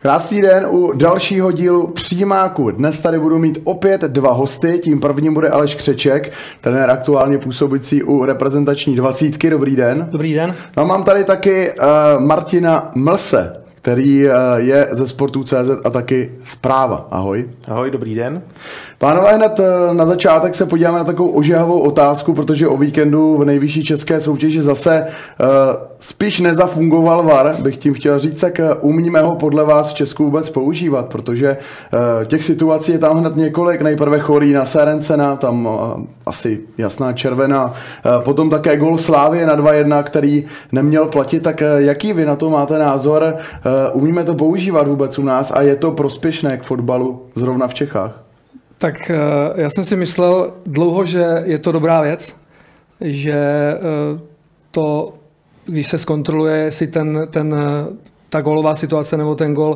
Krásný den u dalšího dílu Přímáku. Dnes tady budu mít opět dva hosty. Tím prvním bude Aleš Křeček, trenér aktuálně působící u reprezentační 20. Dobrý den. Dobrý den. No, mám tady taky Martina Mlse, který je ze Sportu.cz a taky Zpráva. Ahoj. Ahoj, dobrý den. Pánové, hned na začátek se podíváme na takovou ožehavou otázku, protože o víkendu v nejvyšší české soutěži zase spíš nezafungoval VAR, bych tím chtěl říct, tak umíme ho podle vás v Česku vůbec používat, protože těch situací je tam hned několik, nejprve Chorína Serencena, tam asi jasná červená, potom také gól Slávie na 2-1, který neměl platit, tak jaký vy na to máte názor, umíme to používat vůbec u nás a je to prospěšné k fotbalu zrovna v Čechách? Tak já jsem si myslel dlouho, že je to dobrá věc, že to, když se zkontroluje, jestli ta gólová situace nebo ten gól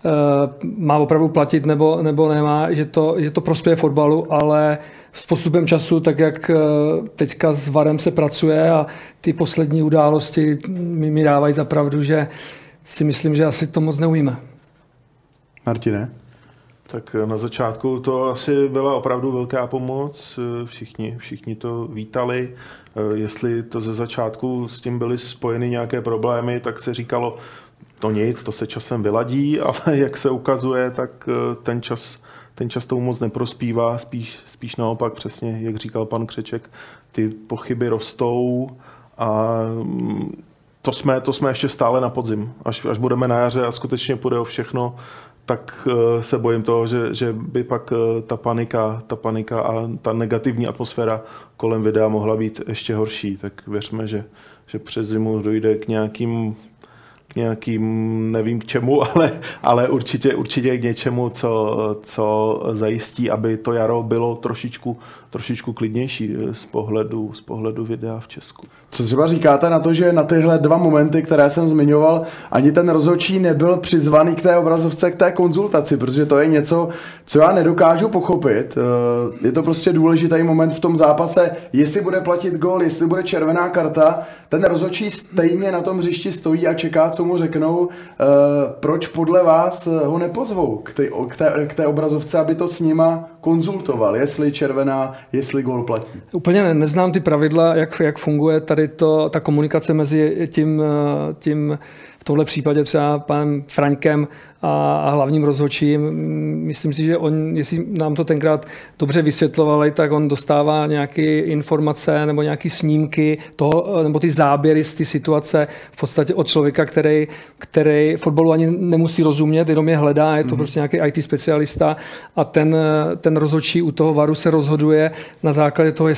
má opravdu platit nebo nemá, že to prospěje fotbalu, ale s postupem času, tak jak teďka s VARem se pracuje a ty poslední události mi dávají za pravdu, že si myslím, že asi to moc neumíme. Martine? Tak na začátku to asi byla opravdu velká pomoc, všichni to vítali. Jestli to ze začátku s tím byly spojeny nějaké problémy, tak se říkalo, to nic, to se časem vyladí, ale jak se ukazuje, tak ten čas tomu moc neprospívá, spíš naopak, přesně jak říkal pan Křeček, ty pochyby rostou a to jsme ještě stále na podzim. Až budeme na jaře a skutečně půjde o všechno, tak se bojím toho, že by pak ta panika a ta negativní atmosféra kolem videa mohla být ještě horší. Tak věřme, že přes zimu dojde k nějakým nevím k čemu, ale určitě k něčemu, co zajistí, aby to jaro bylo trošičku klidnější z pohledu videa v Česku. Co třeba říkáte na to, že na tyhle dva momenty, které jsem zmiňoval, ani ten rozhodčí nebyl přizvaný k té obrazovce, k té konzultaci, protože to je něco, co já nedokážu pochopit. Je to prostě důležitý moment v tom zápase, jestli bude platit gól, jestli bude červená karta, ten rozhodčí stejně na tom hřišti stojí a čeká, co mu řeknou. Proč podle vás ho nepozvou k té obrazovce, aby to s nima konzultoval, jestli červená, jestli gól platí? Úplně neznám ty pravidla, jak funguje tady ta komunikace mezi tím v tomhle případě třeba panem Fraňkem a hlavním rozhodčím. Myslím si, že jestli nám to tenkrát dobře vysvětlovali, tak on dostává nějaké informace nebo nějaké snímky toho, nebo ty záběry z té situace v podstatě od člověka, který fotbalu ani nemusí rozumět, jenom je hledá, je to prostě nějaký IT specialista a ten rozhodčí u toho VARu se rozhoduje na základě toho,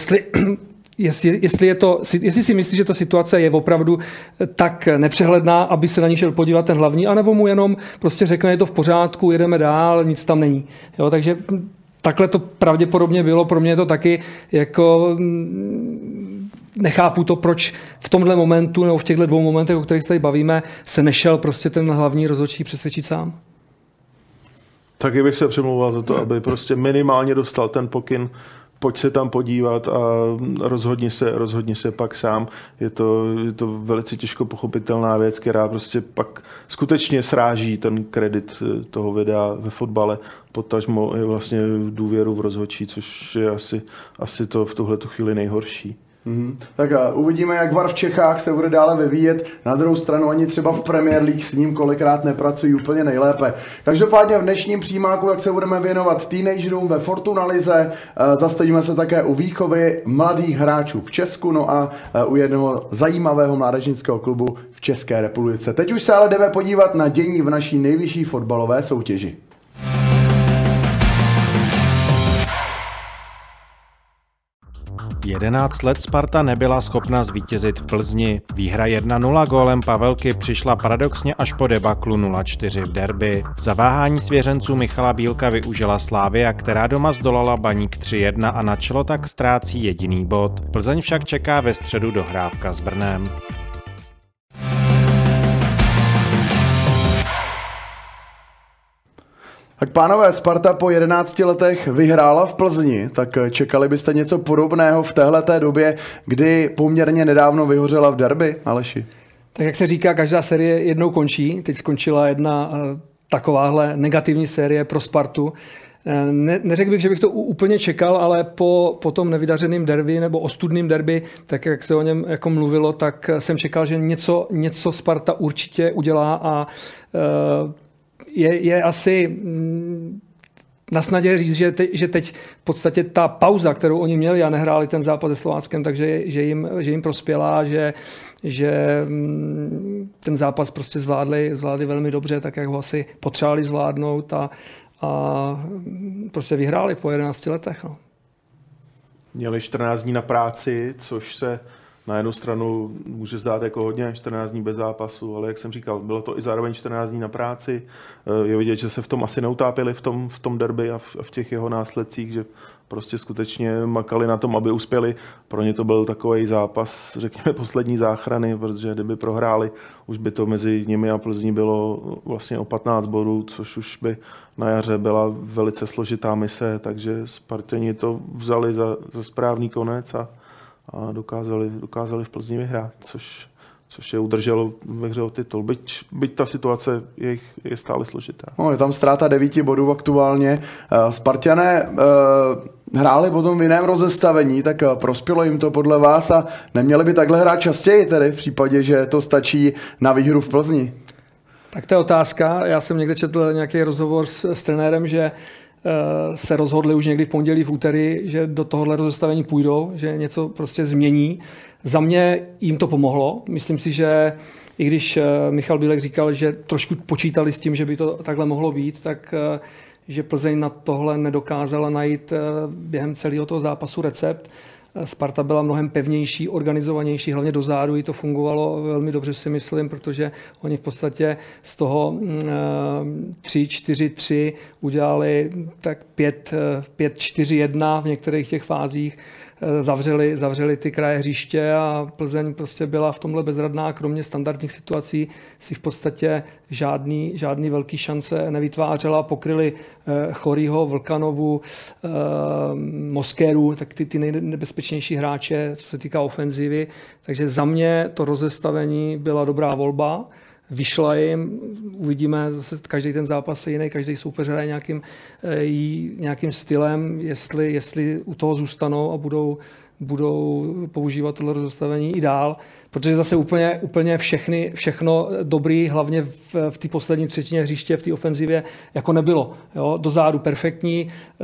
jestli si myslí, že ta situace je opravdu tak nepřehledná, aby se na ní šel podívat ten hlavní, anebo mu jenom prostě řekne, je to v pořádku, jedeme dál, nic tam není. Jo, takže takhle to pravděpodobně bylo. Pro mě je to taky jako nechápu to, proč v tomhle momentu nebo v těchto dvou momentech, o kterých se tady bavíme, se nešel prostě ten hlavní rozhodčí přesvědčit sám. Taky bych se přimlouval za to, aby prostě minimálně dostal ten pokyn, pojď se tam podívat a rozhodni se pak sám. Je to velice těžko pochopitelná věc, která prostě pak skutečně sráží ten kredit toho videa ve fotbale, potažmo je vlastně důvěru v rozhodčí, což je asi to v tuhletu chvíli nejhorší. Tak uvidíme, jak VAR v Čechách se bude dále vyvíjet. Na druhou stranu ani třeba v Premier League s ním kolikrát nepracují úplně nejlépe. Každopádně v dnešním přímáku, jak se budeme věnovat teenagerům ve Fortuna lize, zastavíme se také u výchovy mladých hráčů v Česku, no a u jednoho zajímavého mládežnického klubu v České republice. Teď už se ale jdeme podívat na dění v naší nejvyšší fotbalové soutěži. 11 let Sparta nebyla schopna zvítězit v Plzni. Výhra 1-0 gólem Pavelky přišla paradoxně až po debaklu 0-4 v derby. Zaváhání svěřenců Michala Bílka využila Slavia, která doma zdolala Baník 3-1 a na čelo tak ztrácí jediný bod. Plzeň však čeká ve středu dohrávka s Brnem. Tak pánové, Sparta po 11 letech vyhrála v Plzni, tak čekali byste něco podobného v téhleté době, kdy poměrně nedávno vyhořela v derby, Aleši? Tak jak se říká, každá série jednou končí. Teď skončila jedna takováhle negativní série pro Spartu. Neřekl bych, že bych to úplně čekal, ale po tom nevydařeném derby nebo ostudným derby, tak jak se o něm jako mluvilo, tak jsem čekal, že něco Sparta určitě udělá a je asi na snadě říct, že teď v podstatě ta pauza, kterou oni měli a nehráli ten zápas se Slováckem, takže že jim prospěla, že ten zápas prostě zvládli velmi dobře, tak jak ho asi potřebovali zvládnout a prostě vyhráli po 11 letech. No. Měli 14 dní na práci, což se na jednu stranu může zdát jako hodně, 14 dní bez zápasu, ale jak jsem říkal, bylo to i zároveň 14 dní na práci. Je vidět, že se v tom asi neutápili v tom derby a v těch jeho následcích, že prostě skutečně makali na tom, aby uspěli. Pro ně to byl takový zápas, řekněme, poslední záchrany, protože kdyby prohráli, už by to mezi nimi a Plzní bylo vlastně o 15 bodů, což už by na jaře byla velice složitá mise, takže Spartěni to vzali za správný konec a dokázali v Plzni vyhrát, což je udrželo ve hře o titul. Byť ta situace je stále složitá. No, je tam ztráta 9 bodů aktuálně. Sparťané hráli potom v jiném rozestavení, tak prospělo jim to podle vás a neměli by takhle hrát častěji tedy v případě, že to stačí na výhru v Plzni? Tak to je otázka. Já jsem někde četl nějaký rozhovor s trenérem, že se rozhodli už někdy v pondělí, v úterý, že do tohohle rozestavení půjdou, že něco prostě změní. Za mě jim to pomohlo. Myslím si, že i když Michal Bílek říkal, že trošku počítali s tím, že by to takhle mohlo být, tak že Plzeň na tohle nedokázala najít během celého toho zápasu recept. Sparta byla mnohem pevnější, organizovanější, hlavně dozadu, i to fungovalo velmi dobře, si myslím, protože oni v podstatě z toho 3-4-3 udělali tak 5-4-1 v některých těch fázích, zavřeli ty kraje hřiště a Plzeň prostě byla v tomhle bezradná, kromě standardních situací si v podstatě žádný velký šance nevytvářela, pokryli Chorýho, Vlkanovu, Moskéru, tak ty nejnebezpečnější hráče, co se týká ofenzivy. Takže za mě to rozestavení byla dobrá volba. Vyšla jim, uvidíme, zase každý ten zápas je jiný, každý soupeř hraje nějakým stylem, jestli u toho zůstanou a budou používat tohle rozestavení i dál, protože zase úplně všechno dobrý, hlavně v té poslední třetině hřiště, v té ofenzivě, jako nebylo. Jo? Dozadu perfektní,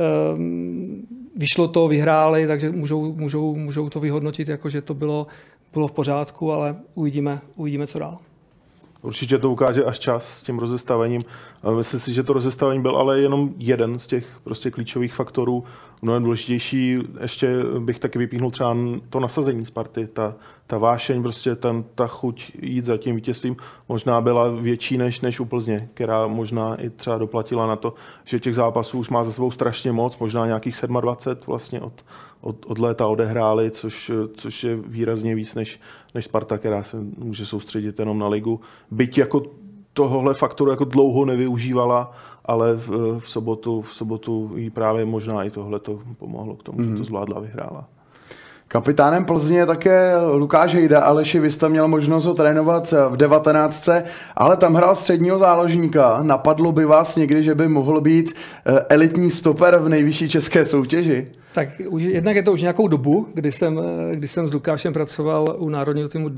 vyšlo to, vyhráli, takže můžou to vyhodnotit, jako že to bylo v pořádku, ale uvidíme, co dál. Určitě to ukáže až čas s tím rozestavením. Myslím si, že to rozestavení byl ale jenom jeden z těch prostě klíčových faktorů. Mnohem důležitější ještě bych taky vypíchnul třeba to nasazení Sparty. Ta vášeň, prostě ta chuť jít za tím vítězstvím možná byla větší než u Plzně, která možná i třeba doplatila na to, že těch zápasů už má za sebou strašně moc, možná nějakých 27 vlastně od léta odehráli, což je výrazně víc než Sparta, která se může soustředit jenom na ligu. Byť jako tohohle faktoru jako dlouho nevyužívala, ale v sobotu jí právě možná i tohle to pomohlo k tomu, že to zvládla, vyhrála. Kapitánem Plzně je také Lukáš Hejda. Aleši, vy jste měl možnost ho trénovat v 19, ale tam hrál středního záložníka. Napadlo by vás někdy, že by mohl být elitní stoper v nejvyšší české soutěži? Tak jednak je to už nějakou dobu, kdy jsem s Lukášem pracoval u národního týmu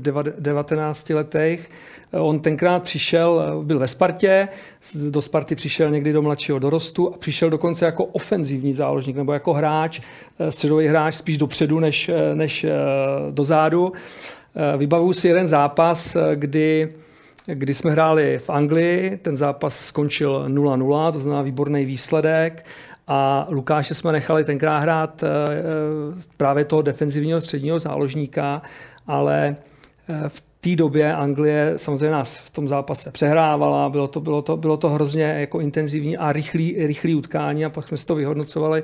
19 letech. On tenkrát byl ve Spartě, do Sparty přišel někdy do mladšího dorostu a přišel dokonce jako ofenzivní záložník nebo jako hráč, středový hráč spíš dopředu než dozadu. Vybavuju si jeden zápas, kdy jsme hráli v Anglii, ten zápas skončil 0-0, to znamená výborný výsledek. A Lukáše jsme nechali tenkrát hrát právě toho defenzivního středního záložníka, ale v té době Anglie samozřejmě nás v tom zápase přehrávala, bylo to hrozně jako intenzivní a rychlý utkání a pak jsme si to vyhodnocovali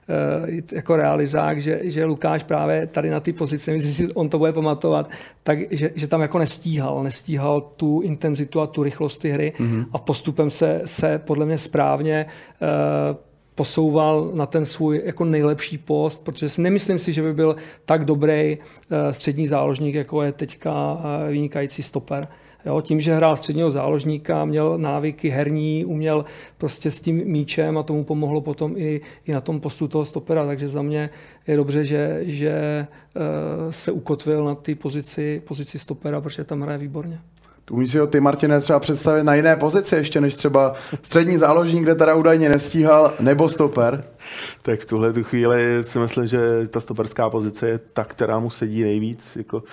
jako realizák, že Lukáš právě tady na té pozici, nevím, jestli on to bude pamatovat, že tam jako nestíhal tu intenzitu a tu rychlost ty hry a postupem se podle mě správně posouval na ten svůj jako nejlepší post, protože nemyslím si, že by byl tak dobrý střední záložník, jako je teďka vynikající stoper. Jo, tím, že hrál středního záložníka, měl návyky herní, uměl prostě s tím míčem a tomu pomohlo potom i na tom postu toho stopera, takže za mě je dobře, že se ukotvil na té pozici stopera, protože tam hraje výborně. Umíš si ho ty, Martine, třeba představit na jiné pozici ještě než třeba střední záložník, kde teda údajně nestíhal, nebo stoper? Tak v tuhle tu chvíli si myslím, že ta stoperská pozice je ta, která mu sedí nejvíc. Jako,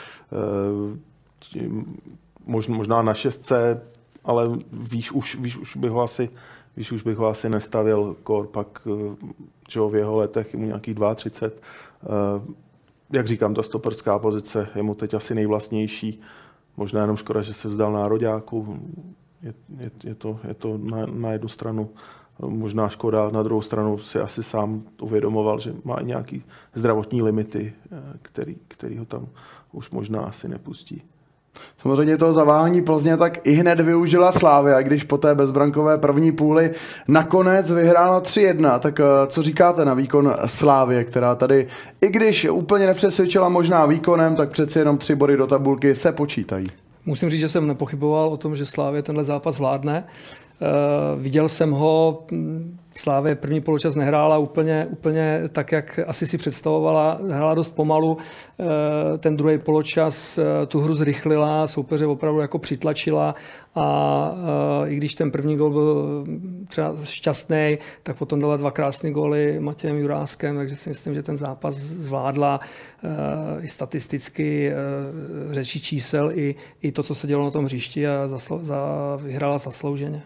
možná na šestce, ale víš už bych ho asi nestavil kor, pak že v jeho letech je mu nějakých 32. Jak říkám, ta stoperská pozice je mu teď asi nejvlastnější. Možná jenom škoda, že se vzdal nároďáku. Je to na jednu stranu možná škoda, na druhou stranu si asi sám uvědomoval, že má i nějaký zdravotní limity, který ho tam už možná asi nepustí. Samozřejmě toho zaváhání Plzně tak i hned využila Slavia, když po té bezbrankové první půli nakonec vyhrála 3-1. Tak co říkáte na výkon Slavie, která tady, i když úplně nepřesvědčila možná výkonem, tak přeci jenom 3 body do tabulky se počítají? Musím říct, že jsem nepochyboval o tom, že Slavia tenhle zápas zvládne. Viděl jsem ho, Slavia první poločas nehrála úplně tak, jak asi si představovala, hrála dost pomalu, ten druhý poločas tu hru zrychlila, soupeře opravdu jako přitlačila a i když ten první gól byl třeba šťastný, tak potom dala 2 krásné góly Matějem Juráskem, takže si myslím, že ten zápas zvládla i statisticky, řečí čísel, i to, co se dělo na tom hřišti a vyhrála zaslouženě.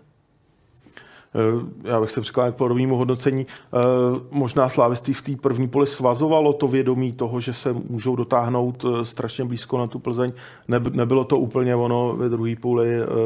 Já bych se přikláněl k podobnému hodnocení. Možná slávistý v té první poli svazovalo to vědomí toho, že se můžou dotáhnout strašně blízko na tu Plzeň. Nebylo to úplně ono, ve druhé půli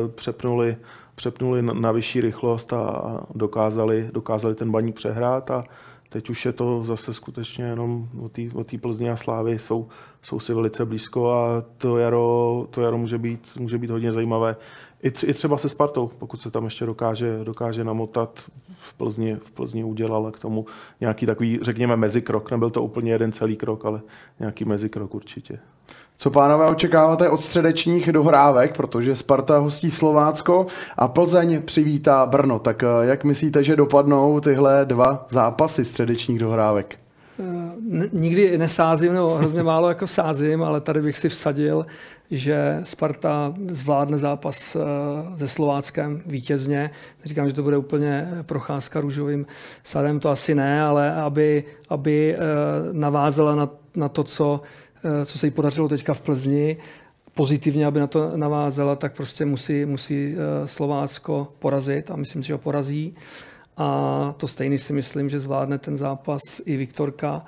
přepnuli na vyšší rychlost a dokázali ten Baník přehrát a teď už je to zase skutečně jenom o té Plzni a Slávy jsou si velice blízko a to jaro může být hodně zajímavé. I třeba se Spartou, pokud se tam ještě dokáže namotat, v Plzni udělala k tomu nějaký takový, řekněme, mezikrok. Nebyl to úplně jeden celý krok, ale nějaký mezikrok určitě. Co, pánové, očekáváte od středečních dohrávek, protože Sparta hostí Slovácko a Plzeň přivítá Brno. Tak jak myslíte, že dopadnou tyhle 2 zápasy středečních dohrávek? Nikdy nesázím, nebo hrozně málo jako sázím, ale tady bych si vsadil, že Sparta zvládne zápas se Slováckem vítězně. Neříkám, že to bude úplně procházka růžovým sadem, to asi ne, ale aby navázala na to, co se jí podařilo teďka v Plzni, pozitivně, aby na to navázala, tak prostě musí Slovácko porazit a myslím, že ho porazí. A to stejný si myslím, že zvládne ten zápas i Viktorka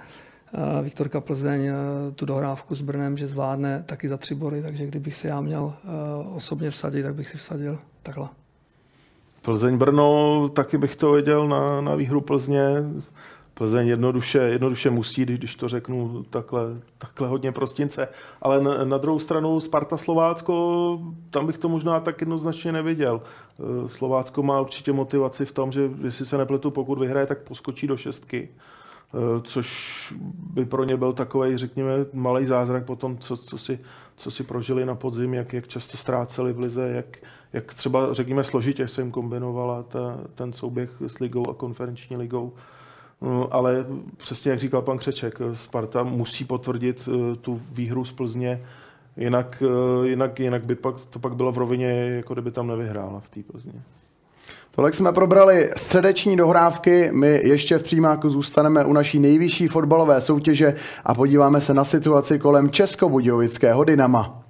Plzeň, tu dohrávku s Brnem, že zvládne taky za 3 body, takže kdybych se já měl osobně vsadit, tak bych si vsadil takhle. Plzeň-Brno, taky bych to viděl na výhru Plzně. Plzeň jednoduše musí, když to řeknu takhle hodně prostince. Ale na druhou stranu Sparta-Slovácko, tam bych to možná tak jednoznačně neviděl. Slovácko má určitě motivaci v tom, že jestli se nepletu, pokud vyhraje, tak poskočí do 6. Což by pro ně byl takovej, řekněme, malý zázrak po tom, co si prožili na podzim, jak často ztráceli v lize, jak třeba, řekněme, složitě se jim kombinovala ten souběh s ligou a konferenční ligou. Ale přesně jak říkal pan Křeček, Sparta musí potvrdit tu výhru z Plzně, jinak by to pak bylo v rovině, jako kdyby tam nevyhrála v té Plzni. Tolik jsme probrali středeční dohrávky, my ještě v přímáku zůstaneme u naší nejvyšší fotbalové soutěže a podíváme se na situaci kolem českobudějovického Dynama.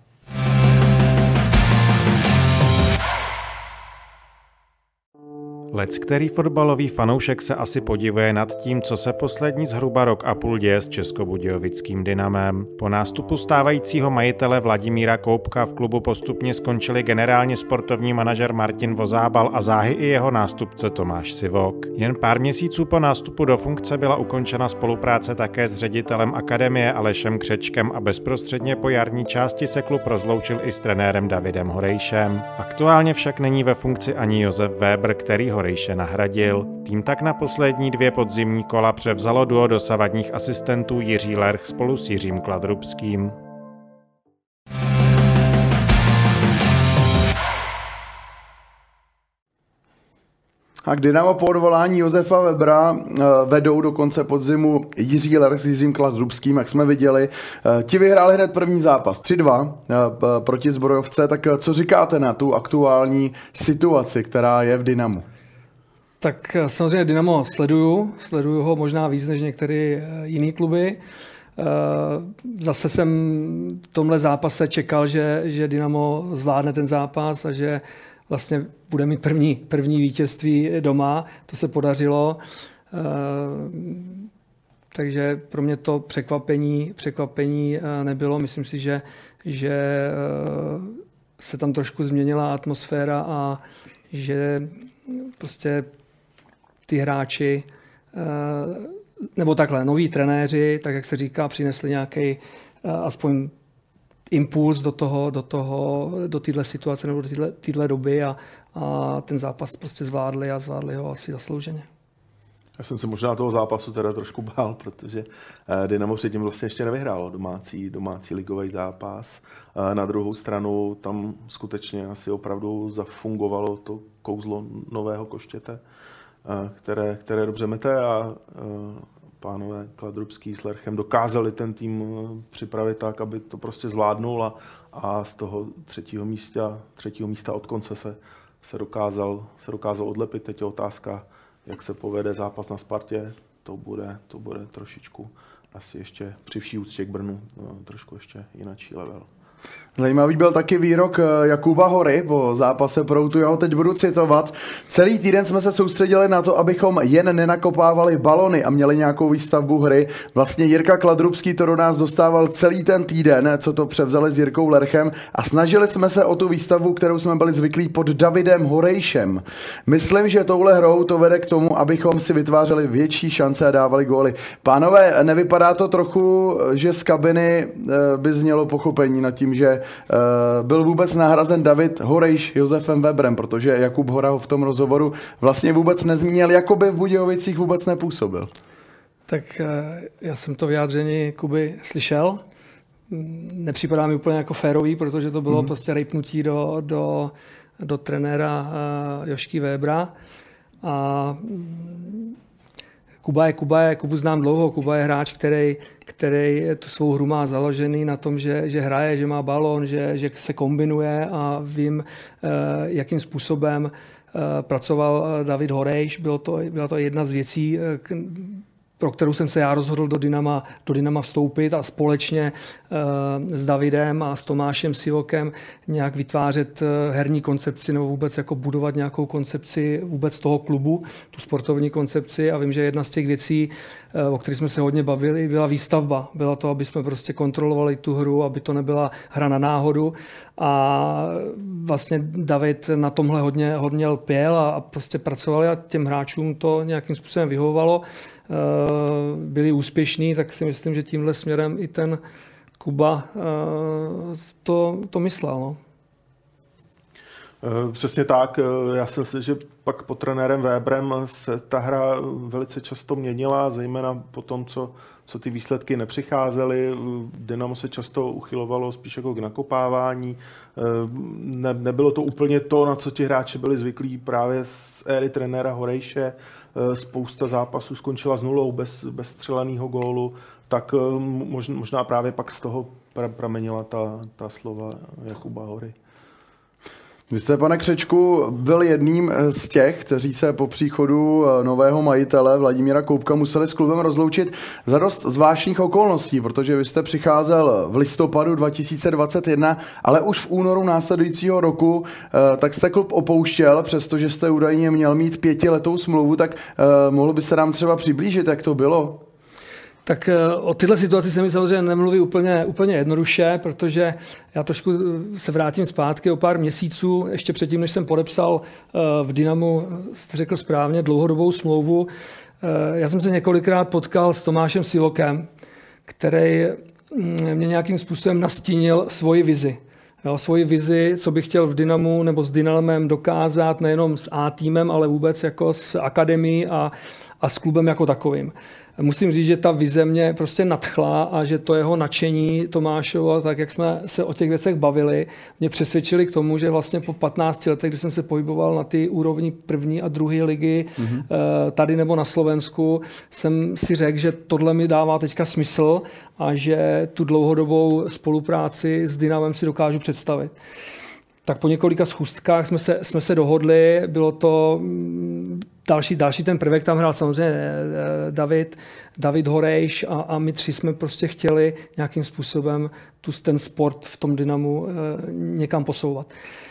Leckterý fotbalový fanoušek se asi podivuje nad tím, co se poslední zhruba rok a půl děje s českobudějovickým Dynamem. Po nástupu stávajícího majitele Vladimíra Koupka v klubu postupně skončili generálně sportovní manažer Martin Vozábal a záhy i jeho nástupce Tomáš Sivok. Jen pár měsíců po nástupu do funkce byla ukončena spolupráce také s ředitelem akademie Alešem Křečkem a bezprostředně po jarní části se klub rozloučil i s trenérem Davidem Horejšem. Aktuálně však není ve funkci ani Josef Weber, který Horejše nahradil. Tým tak na poslední 2 podzimní kola převzalo duo dosavadních asistentů Jiří Lerch spolu s Jiřím Kladrubským. A k Dynamo po odvolání Josefa Webera vedou do konce podzimu Jiří Lerch s Jiřím Kladrubským, jak jsme viděli. Ti vyhráli hned první zápas 3-2 proti Zbrojovce. Tak co říkáte na tu aktuální situaci, která je v Dynamu? Tak samozřejmě Dynamo sleduju ho možná víc než některé jiné kluby. Zase jsem v tomhle zápase čekal, že Dynamo zvládne ten zápas a že vlastně bude mít první vítězství doma. To se podařilo. Takže pro mě to překvapení nebylo. Myslím si, že se tam trošku změnila atmosféra a že prostě ty hráči, nebo takhle, noví trenéři, tak jak se říká, přinesli nějaký aspoň impuls do téhle situace nebo do téhle doby a ten zápas prostě zvládli a zvládli ho asi zaslouženě. Já jsem se možná toho zápasu teda trošku bál, protože Dynamo předtím vlastně ještě nevyhrálo domácí ligový zápas. Na druhou stranu tam skutečně asi opravdu zafungovalo to kouzlo nového Koštěte, které dobře mete a pánové Kladrubský s Lerchem dokázali ten tým připravit tak, aby to prostě zvládnul a z toho třetího místa od konce se dokázal odlepit. Teď je otázka, jak se povede zápas na Spartě, to bude trošičku asi ještě při vší úctě k Brnu trošku ještě jináčí level. Zajímavý byl taky výrok Jakuba Hory po zápase Proutu, já ho teď budu citovat. Celý týden jsme se soustředili na to, abychom jen nenakopávali balony a měli nějakou výstavbu hry. Vlastně Jirka Kladrubský to do nás dostával celý ten týden, co to převzali s Jirkou Lerchem a snažili jsme se o tu výstavbu, kterou jsme byli zvyklí pod Davidem Horejšem. Myslím, že touhle hrou to vede k tomu, abychom si vytvářeli větší šance a dávali góly. Pánové, nevypadá to trochu, že z kabiny by znělo pochopení nad tím, že byl vůbec nahrazen David Horejš Josefem Weberem, protože Jakub Hora ho v tom rozhovoru vlastně vůbec nezmínil, jako by v Budějovicích vůbec nepůsobil. Tak já jsem to vyjádření Kuby slyšel. Nepřipadá mi úplně jako férový, protože to bylo prostě rejpnutí do trenéra Jošky Webera. A Kubu znám dlouho, Kuba je hráč, který tu svou hru má založený na tom, že hraje, že má balón, že se kombinuje a vím, jakým způsobem pracoval David Horejš. Byla to jedna z věcí, pro kterou jsem se já rozhodl do Dynama vstoupit a společně s Davidem a s Tomášem Sivokem nějak vytvářet herní koncepci nebo vůbec jako budovat nějakou koncepci vůbec toho klubu, tu sportovní koncepci a vím, že jedna z těch věcí, o kterých jsme se hodně bavili, byla výstavba. Byla to, aby jsme prostě kontrolovali tu hru, aby to nebyla hra na náhodu a vlastně David na tomhle hodně lpěl a prostě pracovali a těm hráčům to nějakým způsobem vyhovovalo. Byli úspěšní, tak si myslím, že tímhle směrem i ten Kuba to myslel. No. Přesně tak. Já si myslím, že pak pod trenérem Weberem se ta hra velice často měnila, zejména po tom, co ty výsledky nepřicházely. Dynamo se často uchylovalo spíš jako k nakopávání. Nebylo to úplně to, na co ti hráči byli zvyklí právě z éry trenéra Horejše. Spousta zápasů skončila s nulou bez střeleného gólu, tak možná právě pak z toho pramenila ta slova Jakuba Hory. Vy jste, pane Křečku, byl jedním z těch, kteří se po příchodu nového majitele Vladimíra Koubka museli s klubem rozloučit za dost zvláštních okolností, protože vy jste přicházel v listopadu 2021, ale už v únoru následujícího roku tak jste klub opouštěl, přestože jste údajně měl mít 5letou smlouvu, tak mohl byste nám třeba přiblížit, jak to bylo? Tak o tyhle situaci se mi samozřejmě nemluví úplně jednoduše, protože já trošku se vrátím zpátky o pár měsíců, ještě předtím, než jsem podepsal v Dynamu, jste řekl správně, dlouhodobou smlouvu. Já jsem se několikrát potkal s Tomášem Sivokem, který mě nějakým způsobem nastínil svoji vizi. Svoji vizi, co bych chtěl v Dynamu nebo s Dynamem dokázat, nejenom s A týmem, ale vůbec jako s akademií a s klubem jako takovým. Musím říct, že ta vize mě prostě nadchla a že to jeho nadšení Tomášovo, tak jak jsme se o těch věcech bavili, mě přesvědčili k tomu, že vlastně po 15 letech, kdy jsem se pohyboval na ty úrovni první a druhé ligy tady nebo na Slovensku, jsem si řekl, že tohle mi dává teďka smysl a že tu dlouhodobou spolupráci s Dynamem si dokážu představit. Tak po několika schůzkách jsme se dohodli, bylo to další ten prvek, tam hrál samozřejmě David Horejš a my tři jsme prostě chtěli nějakým způsobem ten sport v tom Dynamu někam posouvat.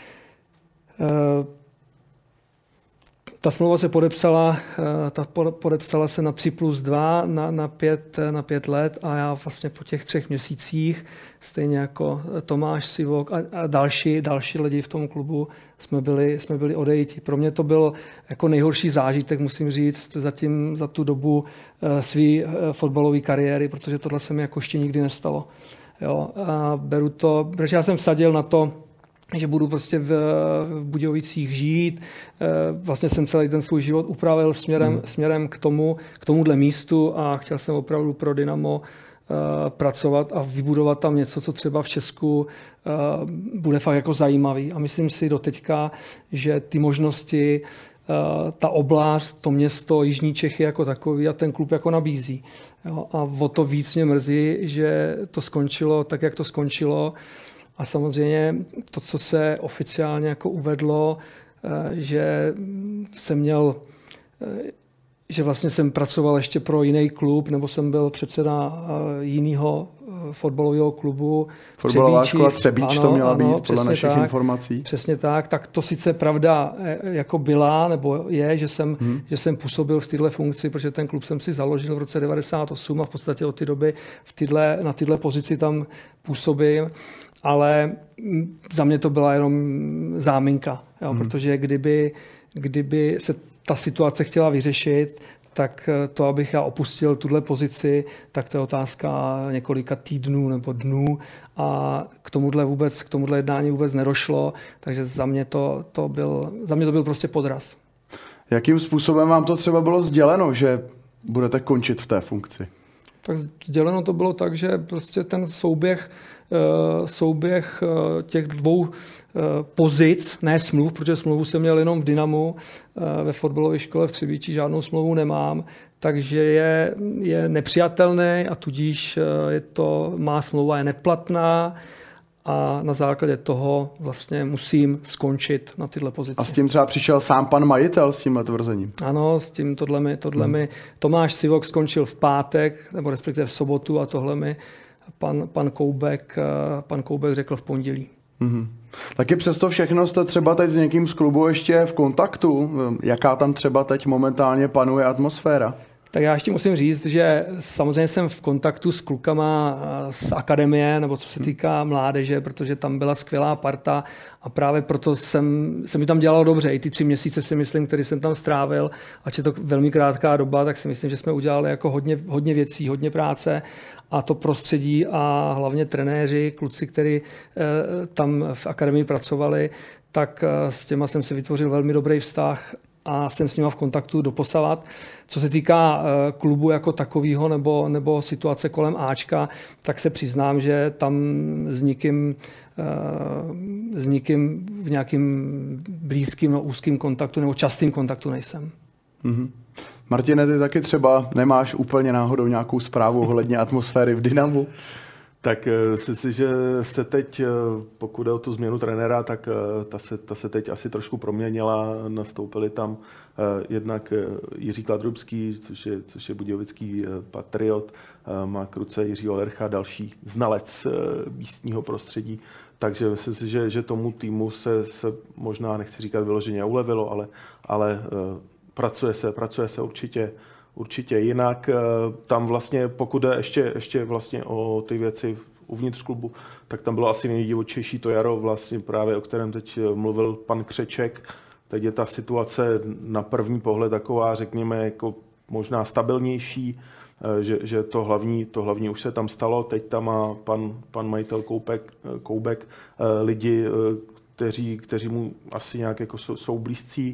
Ta smlouva se podepsala se na 3+2 na 5 let a já vlastně po těch 3 měsících, stejně jako Tomáš Sivok a další lidi v tom klubu, jsme byli odejiti. Pro mě to byl jako nejhorší zážitek, musím říct, za tu dobu své fotbalové kariéry, protože tohle se mi jako ještě nikdy nestalo. Jo, a beru to, protože já jsem vsadil na to, že budu prostě v Budějovicích žít. Vlastně jsem celý ten svůj život upravil směrem k tomuhle místu a chtěl jsem opravdu pro Dynamo pracovat a vybudovat tam něco, co třeba v Česku bude fakt jako zajímavý. A myslím si doteďka, že ty možnosti, ta oblast, to město, Jižní Čechy jako takový a ten klub jako nabízí. Jo? A o to víc mě mrzí, že to skončilo tak, jak to skončilo. A samozřejmě to, co se oficiálně jako uvedlo, že že vlastně jsem pracoval ještě pro jiný klub, nebo jsem byl předseda jiného fotbalového klubu. Fotbalová škola Třebíč to měla být, podle našich informací. Přesně tak to sice pravda jako byla, nebo je, že jsem působil v této funkci, protože ten klub jsem si založil v roce 1998 a v podstatě od té doby na této pozici tam působím. Ale za mě to byla jenom záminka, jo, protože kdyby se ta situace chtěla vyřešit, tak to, abych já opustil tuhle pozici, tak to je otázka několika týdnů nebo dnů a k tomuhle jednání vůbec nedošlo, takže za mě to byl prostě podraz. Jakým způsobem vám to třeba bylo sděleno, že budete končit v té funkci? Tak sděleno to bylo tak, že prostě ten souběh těch 2 pozic, ne smluv, protože smlouvu jsem měl jenom v Dynamu, ve fotbalové škole v Třebíči žádnou smlouvu nemám, takže je nepřijatelný a tudíž má smlouva je neplatná a na základě toho vlastně musím skončit na tyhle pozici. A s tím třeba přišel sám pan majitel s tímhle tvrzením? Ano, s tím tohle mi Tomáš Sivok skončil v pátek, nebo respektive v sobotu a tohle mi pan Koubek řekl v pondělí. Taky přesto všechno jste třeba teď s někým z klubu ještě v kontaktu? Jaká tam třeba teď momentálně panuje atmosféra? Tak já ještě musím říct, že samozřejmě jsem v kontaktu s klukama z akademie, nebo co se týká mládeže, protože tam byla skvělá parta a právě proto se mi tam dělalo dobře. I ty 3 měsíce si myslím, který jsem tam strávil, ač je to velmi krátká doba, tak si myslím, že jsme udělali jako hodně věcí, hodně práce a to prostředí a hlavně trenéři, kluci, kteří tam v akademii pracovali, tak s těma jsem si vytvořil velmi dobrý vztah a jsem s nima v kontaktu doposavat. Co se týká klubu jako takového nebo situace kolem Ačka, tak se přiznám, že tam s nikým v nějakým blízkým no, úzkým kontaktu nebo častým kontaktu nejsem. Martine, ty taky třeba nemáš úplně náhodou nějakou zprávu ohledně atmosféry v Dynamu? Tak myslím si, že se teď, pokud jde o tu změnu trenéra, tak ta se teď asi trošku proměnila. Nastoupili tam jednak Jiří Kladrubský, což je budějovický patriot, má k ruce Jiřího Lercha, další znalec místního prostředí. Takže myslím si, že tomu týmu se možná, nechci říkat vyloženě ulevilo, ale pracuje se určitě jinak. Tam vlastně, pokud jde ještě vlastně o ty věci uvnitř klubu, tak tam bylo asi nejdivočejší to jaro, vlastně právě o kterém teď mluvil pan Křeček. Teď je ta situace na první pohled taková, řekněme, jako možná stabilnější, že to hlavní už se tam stalo. Teď tam má pan majitel Koubek lidi, kteří mu asi nějak jako jsou blízcí,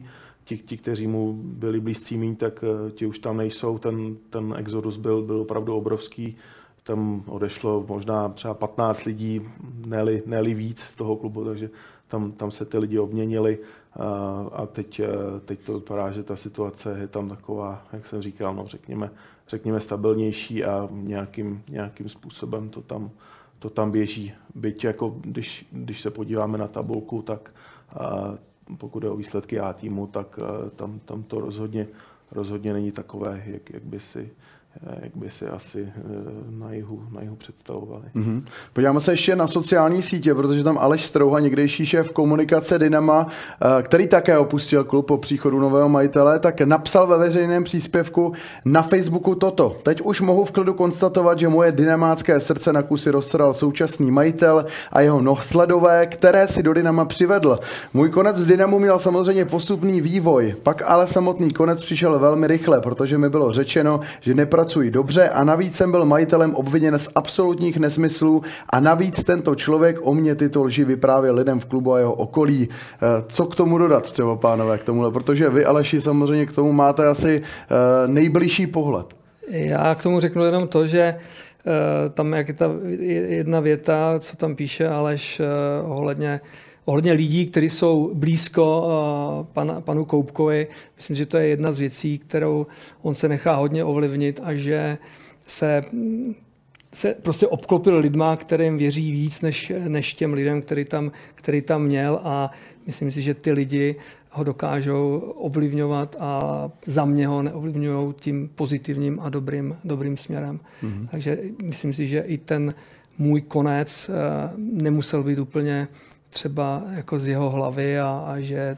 ti, kteří mu byli blízcí míň, tak ti už tam nejsou. Ten exodus byl opravdu obrovský. Tam odešlo možná třeba 15 lidí, ne-li víc z toho klubu, takže tam se ty lidi obměnili a teď to vypadá, že ta situace je tam taková, jak jsem říkal, no, řekněme stabilnější a nějakým způsobem to tam běží. Byť jako když se podíváme na tabulku, tak pokud je o výsledky A týmu, tak tam to rozhodně není takové, jak by si asi na jihu představovali. Mm-hmm. Podíváme se ještě na sociální sítě, protože tam Aleš Strouha, někdejší šéf komunikace Dynama, který také opustil klub po příchodu nového majitele, tak napsal ve veřejném příspěvku na Facebooku toto. Teď už mohu v klidu konstatovat, že moje dynamácké srdce na kusy roztrhal současný majitel a jeho následové, které si do Dynama přivedl. Můj konec v Dynamu měl samozřejmě postupný vývoj, pak ale samotný konec přišel velmi rychle, protože mi bylo řečeno, že nepracuji dobře a navíc jsem byl majitelem obviněn z absolutních nesmyslů a navíc tento člověk o mě tyto lži vyprávěl lidem v klubu a jeho okolí. Co k tomu dodat třeba, pánové, k tomuhle? Protože vy, Aleši, samozřejmě k tomu máte asi nejbližší pohled. Já k tomu řeknu jenom to, že tam jak je ta jedna věta, co tam píše Aleš ohledně lidí, kteří jsou blízko panu Koubkovi. Myslím, že to je jedna z věcí, kterou on se nechá hodně ovlivnit a že se prostě obklopil lidma, kterým věří víc než těm lidem, který tam měl, a myslím si, že ty lidi ho dokážou ovlivňovat a za mě ho neovlivňují tím pozitivním a dobrým směrem. Mm-hmm. Takže myslím si, že i ten můj konec nemusel být úplně třeba jako z jeho hlavy a že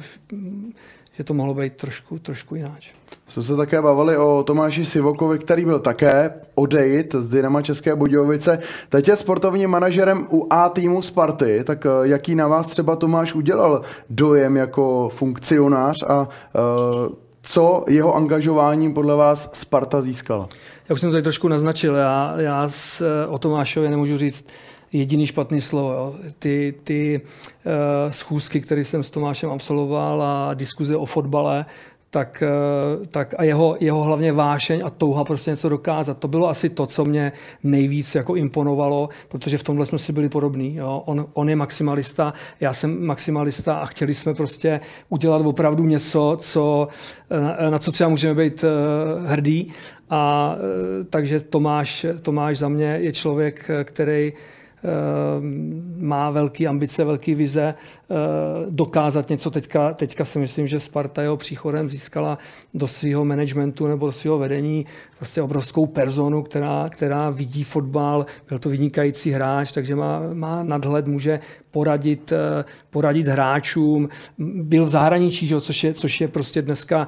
to mohlo být trošku jináč. Jsme se také bavili o Tomáši Sivokovi, který byl také odejít z Dynama České Budějovice. Teď je sportovním manažerem u A týmu Sparty, tak jaký na vás třeba Tomáš udělal dojem jako funkcionář a co jeho angažováním podle vás Sparta získala? Já už jsem to tady trošku naznačil, já o Tomášovi nemůžu říct jediný špatný slovo. Jo. Ty schůzky, které jsem s Tomášem absolvoval a diskuze o fotbale, tak a jeho hlavně vášeň a touha prostě něco dokázat. To bylo asi to, co mě nejvíc jako imponovalo, protože v tomhle jsme si byli podobní. Jo. On je maximalista, já jsem maximalista a chtěli jsme prostě udělat opravdu něco, na co třeba můžeme být hrdí. A takže Tomáš za mě je člověk, který má velké ambice, velké vize, dokázat něco. Teďka si myslím, že Sparta jeho příchodem získala do svého managementu nebo do svého vedení prostě obrovskou personu, která vidí fotbal, byl to vynikající hráč, takže má nadhled, může poradit hráčům. Byl v zahraničí, že, což je prostě dneska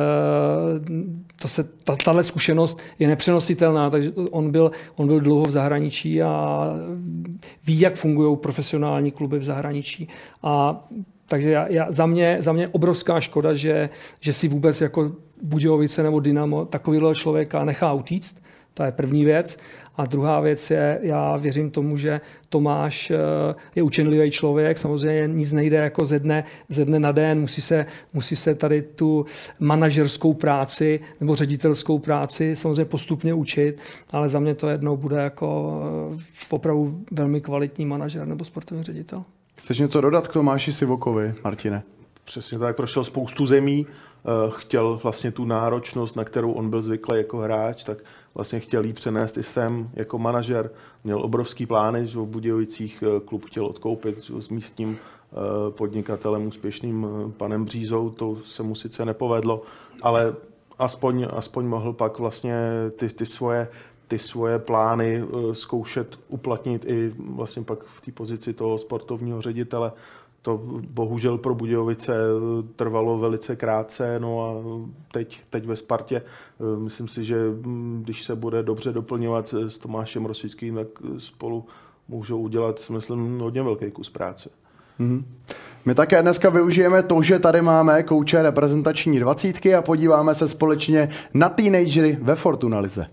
tahle zkušenost je nepřenositelná, takže on byl dlouho v zahraničí a ví, jak fungují profesionální kluby v zahraničí. A takže za mě obrovská škoda, že si vůbec jako Budějovice nebo Dynamo takovýhle člověka nechá utíct. To je první věc. A druhá věc je, já věřím tomu, že Tomáš je učenlivý člověk, samozřejmě nic nejde jako ze dne na den, musí se tady tu manažerskou práci nebo ředitelskou práci samozřejmě postupně učit, ale za mě to jednou bude jako opravdu velmi kvalitní manažer nebo sportovní ředitel. Chceš něco dodat k Tomáši Sivokovi, Martine? Přesně tak, prošel spoustu zemí, chtěl vlastně tu náročnost, na kterou on byl zvyklý jako hráč, tak vlastně chtěl jí přenést i sem jako manažer. Měl obrovský plány, že v Budějovicích klub chtěl odkoupit s místním podnikatelem, úspěšným panem Břízou, to se mu sice nepovedlo, ale aspoň mohl pak vlastně ty svoje plány zkoušet uplatnit i vlastně pak v té pozici toho sportovního ředitele. To bohužel pro Budějovice trvalo velice krátce, no a teď ve Spartě myslím si, že když se bude dobře doplňovat s Tomášem Rosickým, tak spolu můžou udělat, myslím, hodně velký kus práce. Mm-hmm. My také dneska využijeme to, že tady máme kouče reprezentační 20 a podíváme se společně na teenagery ve Fortuna lize.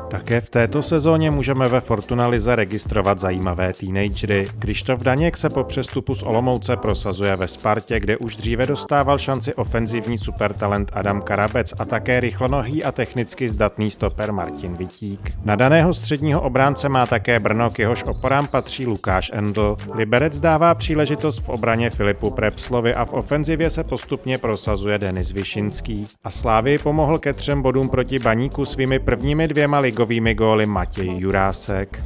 Také v této sezóně můžeme ve Fortuna lize registrovat zajímavé teenagery. Krištof Daněk se po přestupu z Olomouce prosazuje ve Spartě, kde už dříve dostával šanci ofenzivní supertalent Adam Karabec a také rychlonohý a technicky zdatný stoper Martin Vitík. Nadaného středního obránce má také Brno, k jehož oporám patří Lukáš Endl. Liberec dává příležitost v obraně Filipu Prepslovi a v ofenzivě se postupně prosazuje Denis Višinský. A Slávii pomohl ke 3 bodům proti Baníku svými prvními 2 ligovými góly Matěj Jurásek.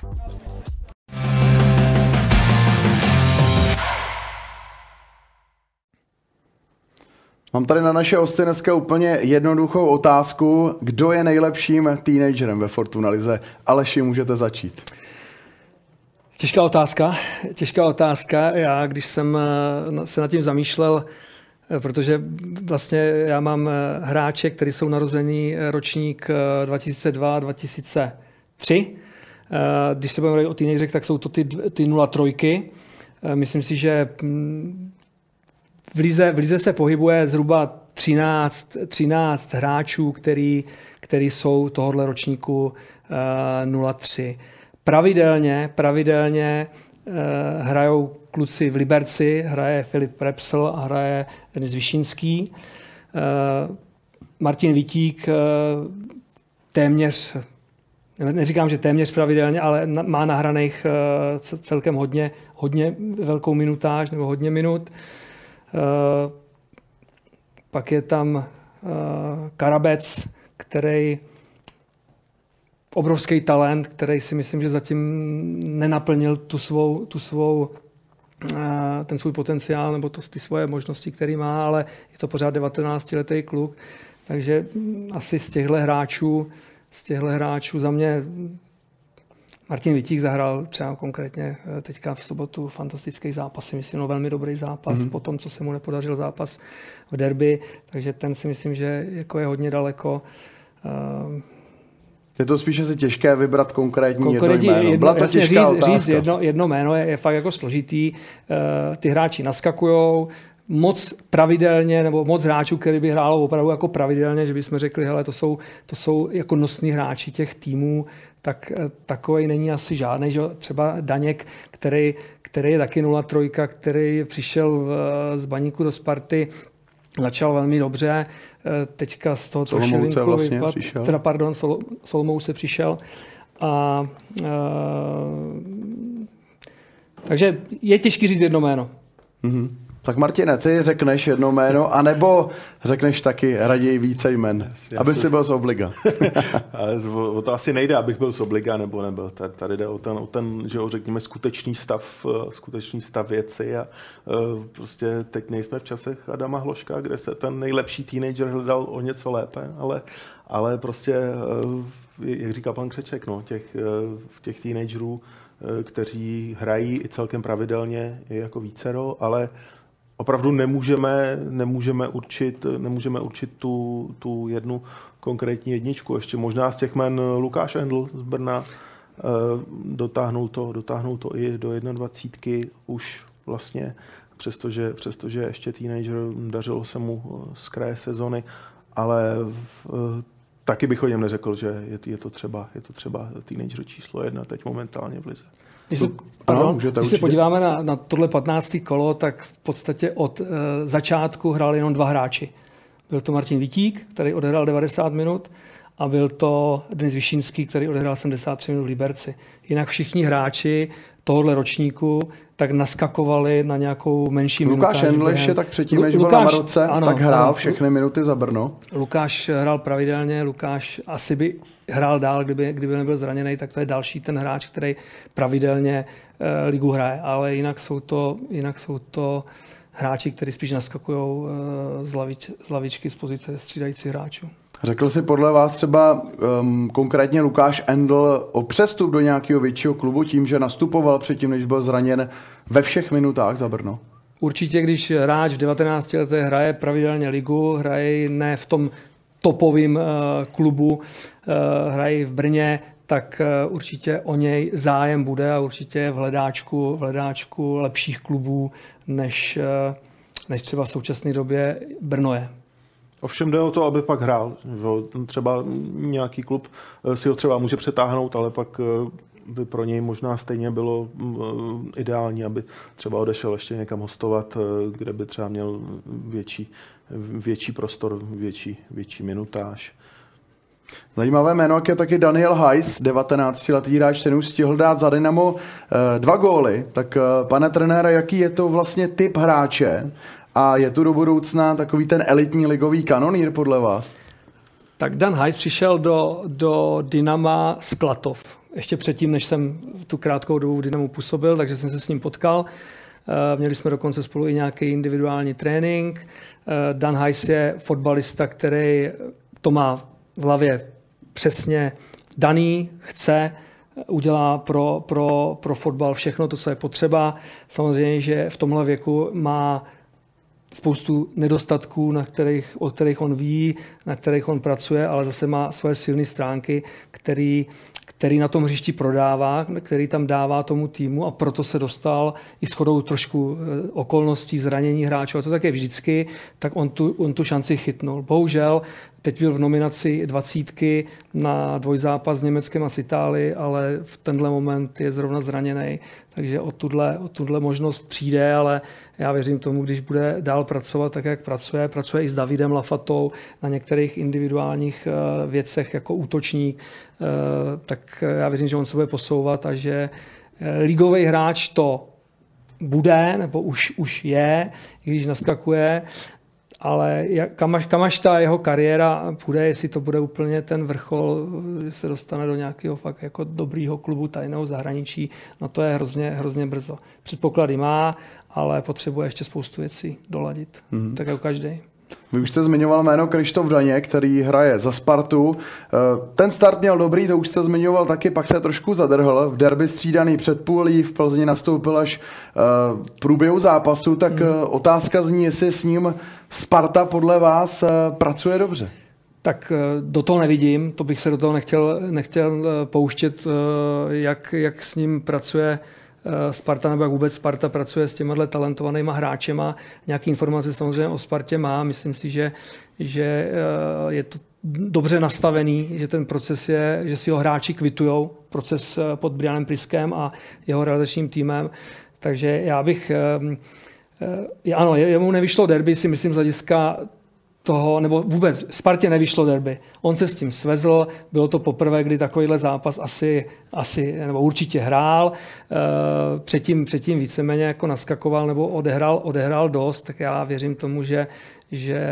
Mám tady na naše hosty dneska úplně jednoduchou otázku. Kdo je nejlepším teenagerem ve Fortuna lize? Aleši, můžete začít. Těžká otázka. Já, když jsem se nad tím zamýšlel, protože vlastně já mám hráče, kteří jsou narozený ročník 2002-2003. Když se budeme mluvit o teenagerech, tak jsou to ty 03. Myslím si, že v lize se pohybuje zhruba 13 hráčů, který jsou tohohle ročníku 03. Pravidelně hrajou kluci v Liberci, hraje Filip Prepsl a hraje Denis Višinský. Martin Vitík téměř, neříkám, že téměř pravidelně, ale má nahraných celkem hodně velkou minutáž nebo hodně minut. Pak je tam Karabec, který obrovský talent, který si myslím, že zatím nenaplnil ten svůj potenciál nebo ty svoje možnosti, který má, ale je to pořád 19letý kluk. Takže asi z těchto hráčů za mě Martin Vitík zahrál třeba konkrétně teďka v sobotu fantastický zápas, myslím, velmi dobrý zápas, po tom, co se mu nepodařil zápas v derby, takže ten si myslím, že jako je hodně daleko. Je to spíš asi těžké vybrat konkrétní jedno jméno. Byla to těžká otázka. Říct jedno jméno je fakt jako složitý. Ty hráči naskakujou moc pravidelně, nebo moc hráčů, který by hrálo opravdu jako pravidelně, že bychom řekli, hele, to jsou jako nosní hráči těch týmů, tak takovej není asi žádný, že třeba Daněk, který je taky 03, který přišel z Baníku do Sparty, začal velmi dobře, teďka z toho Olomouce vlastně Olomouce přišel. Takže je těžký říct jedno jméno. Mm-hmm. Tak Martine, ty řekneš jedno jméno, anebo řekneš taky raději více jmen, aby si byl z obliga. O to asi nejde, abych byl z obliga nebo nebyl. Tady jde o ten, že řekněme, skutečný stav věci a prostě teď nejsme v časech Adama Hloška, kde se ten nejlepší teenager hledal o něco lépe, ale prostě, jak říká pan Křeček, no, těch teenagerů, kteří hrají i celkem pravidelně, je jako vícero, ale opravdu nemůžeme určit tu jednu konkrétní jedničku. Ještě možná z těch jmen Lukáš Endl z Brna dotáhnul to i do 21. Už vlastně, přestože ještě teenager, dařilo se mu z kraje sezony, ale taky bych o něm neřekl, že je to třeba teenager číslo 1 teď momentálně v lize. Když se podíváme na tohle 15. kolo, tak v podstatě od začátku hráli jenom 2 hráči. Byl to Martin Vitík, který odehrál 90 minut, a byl to Denis Višinský, který odehrál 73 minut v Liberci. Jinak všichni hráči tohohle ročníku tak naskakovali na nějakou menší minutáž. Lukáš Endl ještě tak předtím, než byl na Maroce, tak hrál všechny minuty za Brno. Lukáš hrál pravidelně, Lukáš asi by hrál dál, kdyby nebyl zraněný, tak to je další ten hráč, který pravidelně ligu hraje, ale jinak jsou to hráči, kteří spíš naskakují z lavičky z pozice střídajících hráčů. Řekl jsi podle vás třeba konkrétně Lukáš Endl o přestup do nějakého většího klubu tím, že nastupoval předtím, než byl zraněn ve všech minutách za Brno? Určitě, když hráč v 19 letech hraje pravidelně ligu, hraje ne v tom topovém klubu, hraje v Brně, tak určitě o něj zájem bude a určitě v hledáčku lepších klubů, než třeba v současné době Brno je. Ovšem jde o to, aby pak hrál. Třeba nějaký klub si ho třeba může přetáhnout, ale pak by pro něj možná stejně bylo ideální, aby třeba odešel ještě někam hostovat, kde by třeba měl větší prostor, větší minutáž. Zajímavé jméno, jak je taky Daniel Heiss, 19letý hráč, ten už stihl dát za Dynamo 2 góly. Tak pane trenére, jaký je to vlastně typ hráče a je tu do budoucna takový ten elitní ligový kanonýr podle vás? Tak Dan Heiss přišel do Dynama z Klatov. Ještě předtím, než jsem tu krátkou dobu v Dynamu působil, takže jsem se s ním potkal. Měli jsme dokonce spolu i nějaký individuální trénink. Dan Heiss je fotbalista, který to má v hlavě přesně daný, chce, udělá pro fotbal všechno to, co je potřeba. Samozřejmě, že v tomhle věku má spoustu nedostatků, o kterých on ví, na kterých on pracuje, ale zase má svoje silné stránky, který na tom hřišti prodává, který tam dává tomu týmu a proto se dostal i shodou trošku okolností zranění hráčů. A to tak je vždycky, tak on tu šanci chytnul. Bohužel teď byl v nominaci 20 na dvojzápas s Německem a s Itálií, ale v tenhle moment je zrovna zraněný, takže o tuhle možnost přijde, ale já věřím tomu, když bude dál pracovat tak, jak pracuje i s Davidem Lafatou na některých individuálních věcech jako útočník, tak já věřím, že on se bude posouvat a že ligový hráč to bude, nebo už je, i když naskakuje, ale kam až ta jeho kariéra půjde, jestli to bude úplně ten vrchol, že se dostane do nějakého fakt jako dobrýho klubu tajného zahraničí, no to je hrozně brzo. Předpoklady má, ale potřebuje ještě spoustu věcí doladit, tak jako každý. Vy už jste zmiňoval jméno Krištof Daněk, který hraje za Spartu. Ten start měl dobrý, to už jste zmiňoval taky, pak se trošku zadrhl. V derby střídaný předpůlí, v Plzni nastoupil až v průběhu zápasu, tak otázka zní, jestli s ním Sparta podle vás pracuje dobře. Tak do toho nevidím, to bych se do toho nechtěl pouštět, jak s ním pracuje Sparta, nebo jak vůbec Sparta pracuje s těmihle talentovanýma hráčema. Nějaké informace samozřejmě o Spartě má. Myslím si, že je to dobře nastavený, že ten proces je, že si ho hráči kvitujou, proces pod Brianem Priskem a jeho realizačním týmem. Takže já bych... Ano, jemu nevyšlo derby, si myslím, z hlediska toho, nebo vůbec Spartě nevyšlo derby. On se s tím svezl, bylo to poprvé, kdy takovýhle zápas asi nebo určitě hrál. Předtím víceméně jako naskakoval nebo odehrál dost, tak já věřím tomu, že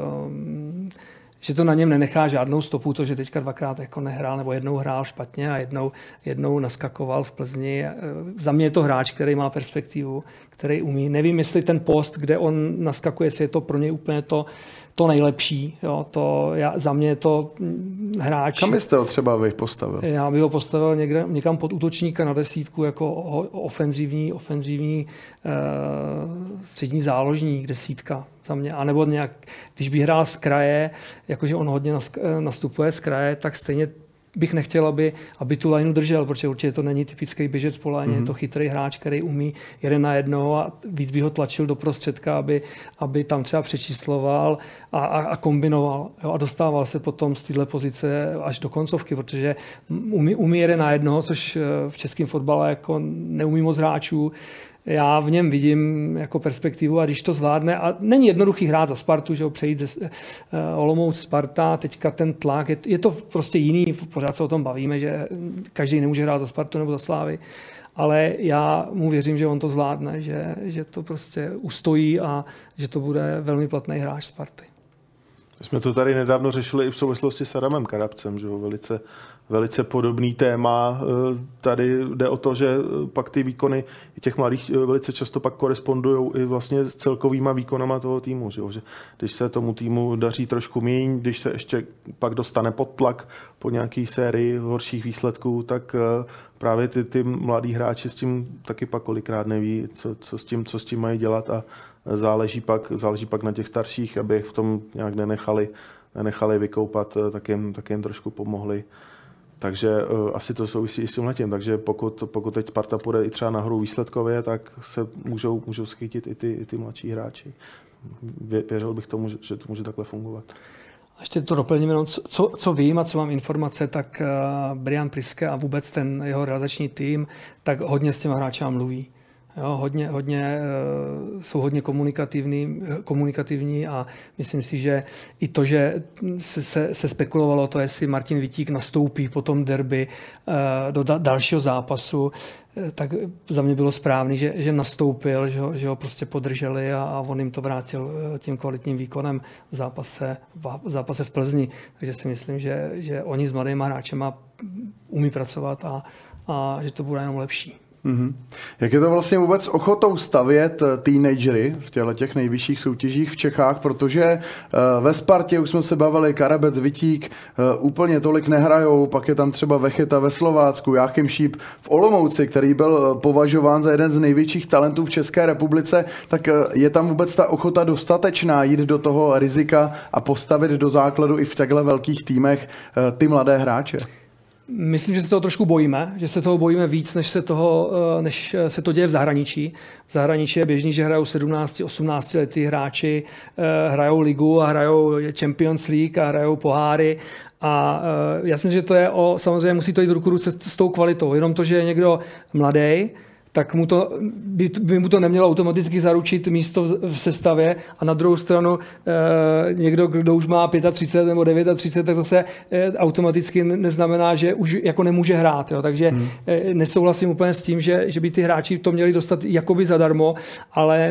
to na něm nenechá žádnou stopu, to, že teďka 2krát jako nehrál, nebo jednou hrál špatně a jednou naskakoval v Plzni. Za mě je to hráč, který má perspektivu, který umí. Nevím, jestli ten post, kde on naskakuje, jestli je to pro něj úplně to nejlepší. Jo, za mě je to hráč... Kam byste ho třeba vy postavil? Já bych ho postavil někam pod útočníka na 10, jako ofenzivní střední záložník, 10 za mě. A nebo nějak, když by hrál z kraje, jakože on hodně nastupuje z kraje, tak stejně bych nechtěl, aby tu lineu držel, protože určitě to není typický běžec po lině, je to chytrý hráč, který umí 1 na 1 a víc by ho tlačil do prostředka, aby tam třeba přečísloval a kombinoval. Jo, a dostával se potom z této pozice až do koncovky, protože umí 1 na 1, což v českém fotbale jako neumí moc hráčů. Já v něm vidím jako perspektivu a když to zvládne, a není jednoduchý hrát za Spartu, že ho přejít ze Olomouc Sparta, teďka ten tlak, je to prostě jiný, pořád se o tom bavíme, že každý nemůže hrát za Spartu nebo za Slávy, ale já mu věřím, že on to zvládne, že to prostě ustojí a že to bude velmi platný hráč Sparty. My jsme to tady nedávno řešili i v souvislosti s Adamem Karabcem, že ho velice podobný téma. Tady jde o to, že pak ty výkony těch mladých velice často pak korespondují i vlastně s celkovýma výkonama toho týmu. Že když se tomu týmu daří trošku míň, když se ještě pak dostane pod tlak po nějaký sérii horších výsledků, tak právě ty mladí hráči s tím taky pak kolikrát neví, co s tím mají dělat a záleží pak na těch starších, aby v tom nějak nenechali vykoupat, tak jim trošku pomohli. Takže asi to souvisí i s tímhletím. Takže pokud teď Sparta půjde i třeba nahoru výsledkově, tak se můžou schytit i ty mladší hráči. věřil bych tomu, že to může takhle fungovat. A ještě to doplním jenom, co vím a co mám informace, tak Brian Priske a vůbec ten jeho realizační tým, tak hodně s těma hráčema mluví. Jo, jsou hodně komunikativní a myslím si, že i to, že se spekulovalo to, jestli Martin Vitík nastoupí po tom derby do dalšího zápasu, tak za mě bylo správný, že nastoupil, že ho prostě podrželi a on jim to vrátil tím kvalitním výkonem v zápase v Plzni. Takže si myslím, že oni s mladýma hráčema umí pracovat a že to bude jenom lepší. Mm-hmm. Jak je to vlastně vůbec ochotou stavět teenagery v těch nejvyšších soutěžích v Čechách, protože ve Spartě už jsme se bavili, Karabec, Vitík úplně tolik nehrajou, pak je tam třeba Vecheta ve Slovácku, Jáchym Šíp v Olomouci, který byl považován za jeden z největších talentů v České republice, tak je tam vůbec ta ochota dostatečná jít do toho rizika a postavit do základu i v těchto velkých týmech ty mladé hráče? Myslím, že se toho trošku bojíme, že se toho bojíme víc, než se to děje v zahraničí. V zahraničí je běžný, že hrajou 17-18 letý hráči, hrajou ligu a hrajou Champions League a hrajou poháry. A já si myslím, že to je samozřejmě musí to jít ruku ruce s tou kvalitou. Jenom to, že je někdo mladý, tak by mu to nemělo automaticky zaručit místo v sestavě a na druhou stranu někdo, kdo už má 35 nebo 39, tak zase automaticky neznamená, že už jako nemůže hrát. Jo. Takže nesouhlasím úplně s tím, že by ty hráči to měli dostat jakoby zadarmo, ale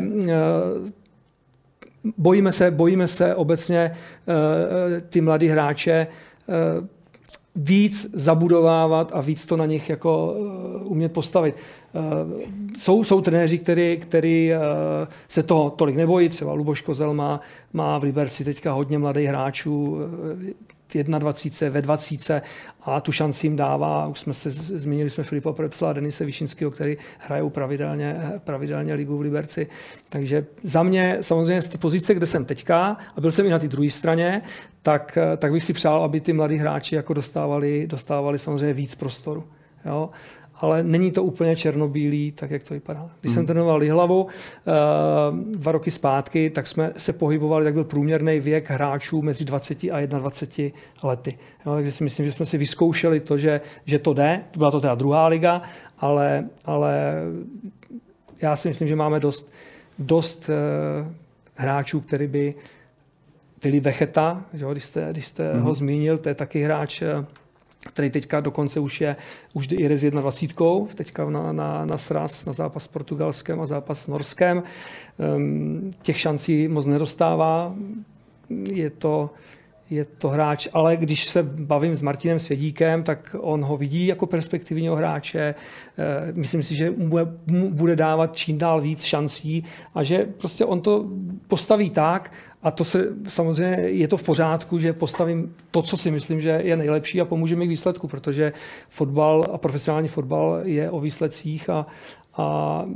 bojíme se obecně ty mladí hráče víc zabudovávat a víc to na nich jako umět postavit. Jsou trenéři, který se toho tolik nebojí, třeba Luboš Kozel má v Liberci teďka hodně mladých hráčů v 21, ve 20 a tu šanci jim dává. Už jsme zmínili Filipa Prepsla a Denise Višinského, který hrajou pravidelně ligu v Liberci. Takže za mě samozřejmě z té pozice, kde jsem teďka a byl jsem i na té druhé straně, tak bych si přál, aby ty mladí hráči jako dostávali samozřejmě víc prostoru. Jo? Ale není to úplně černobílý, tak jak to vypadá. Když jsem trénoval Lihlavu 2 roky zpátky, tak jsme se pohybovali, tak byl průměrný věk hráčů mezi 20 a 21 lety. Jo, takže si myslím, že jsme si vyzkoušeli to, že to jde. Byla to teda druhá liga, ale já si myslím, že máme dost hráčů, který by byli Vecheta, když jste ho zmínil, to je taky hráč, který teďka dokonce už jde s 21, teďka na sraz, na zápas s Portugalskem a zápas s Norskem. Těch šancí moc nedostává, je to hráč, ale když se bavím s Martinem Svědíkem, tak on ho vidí jako perspektivního hráče. Myslím si, že mu bude dávat čím dál víc šancí a že prostě on to postaví tak, a to samozřejmě je to v pořádku, že postavím to, co si myslím, že je nejlepší a pomůže mi k výsledku, protože fotbal a profesionální fotbal je o výsledcích a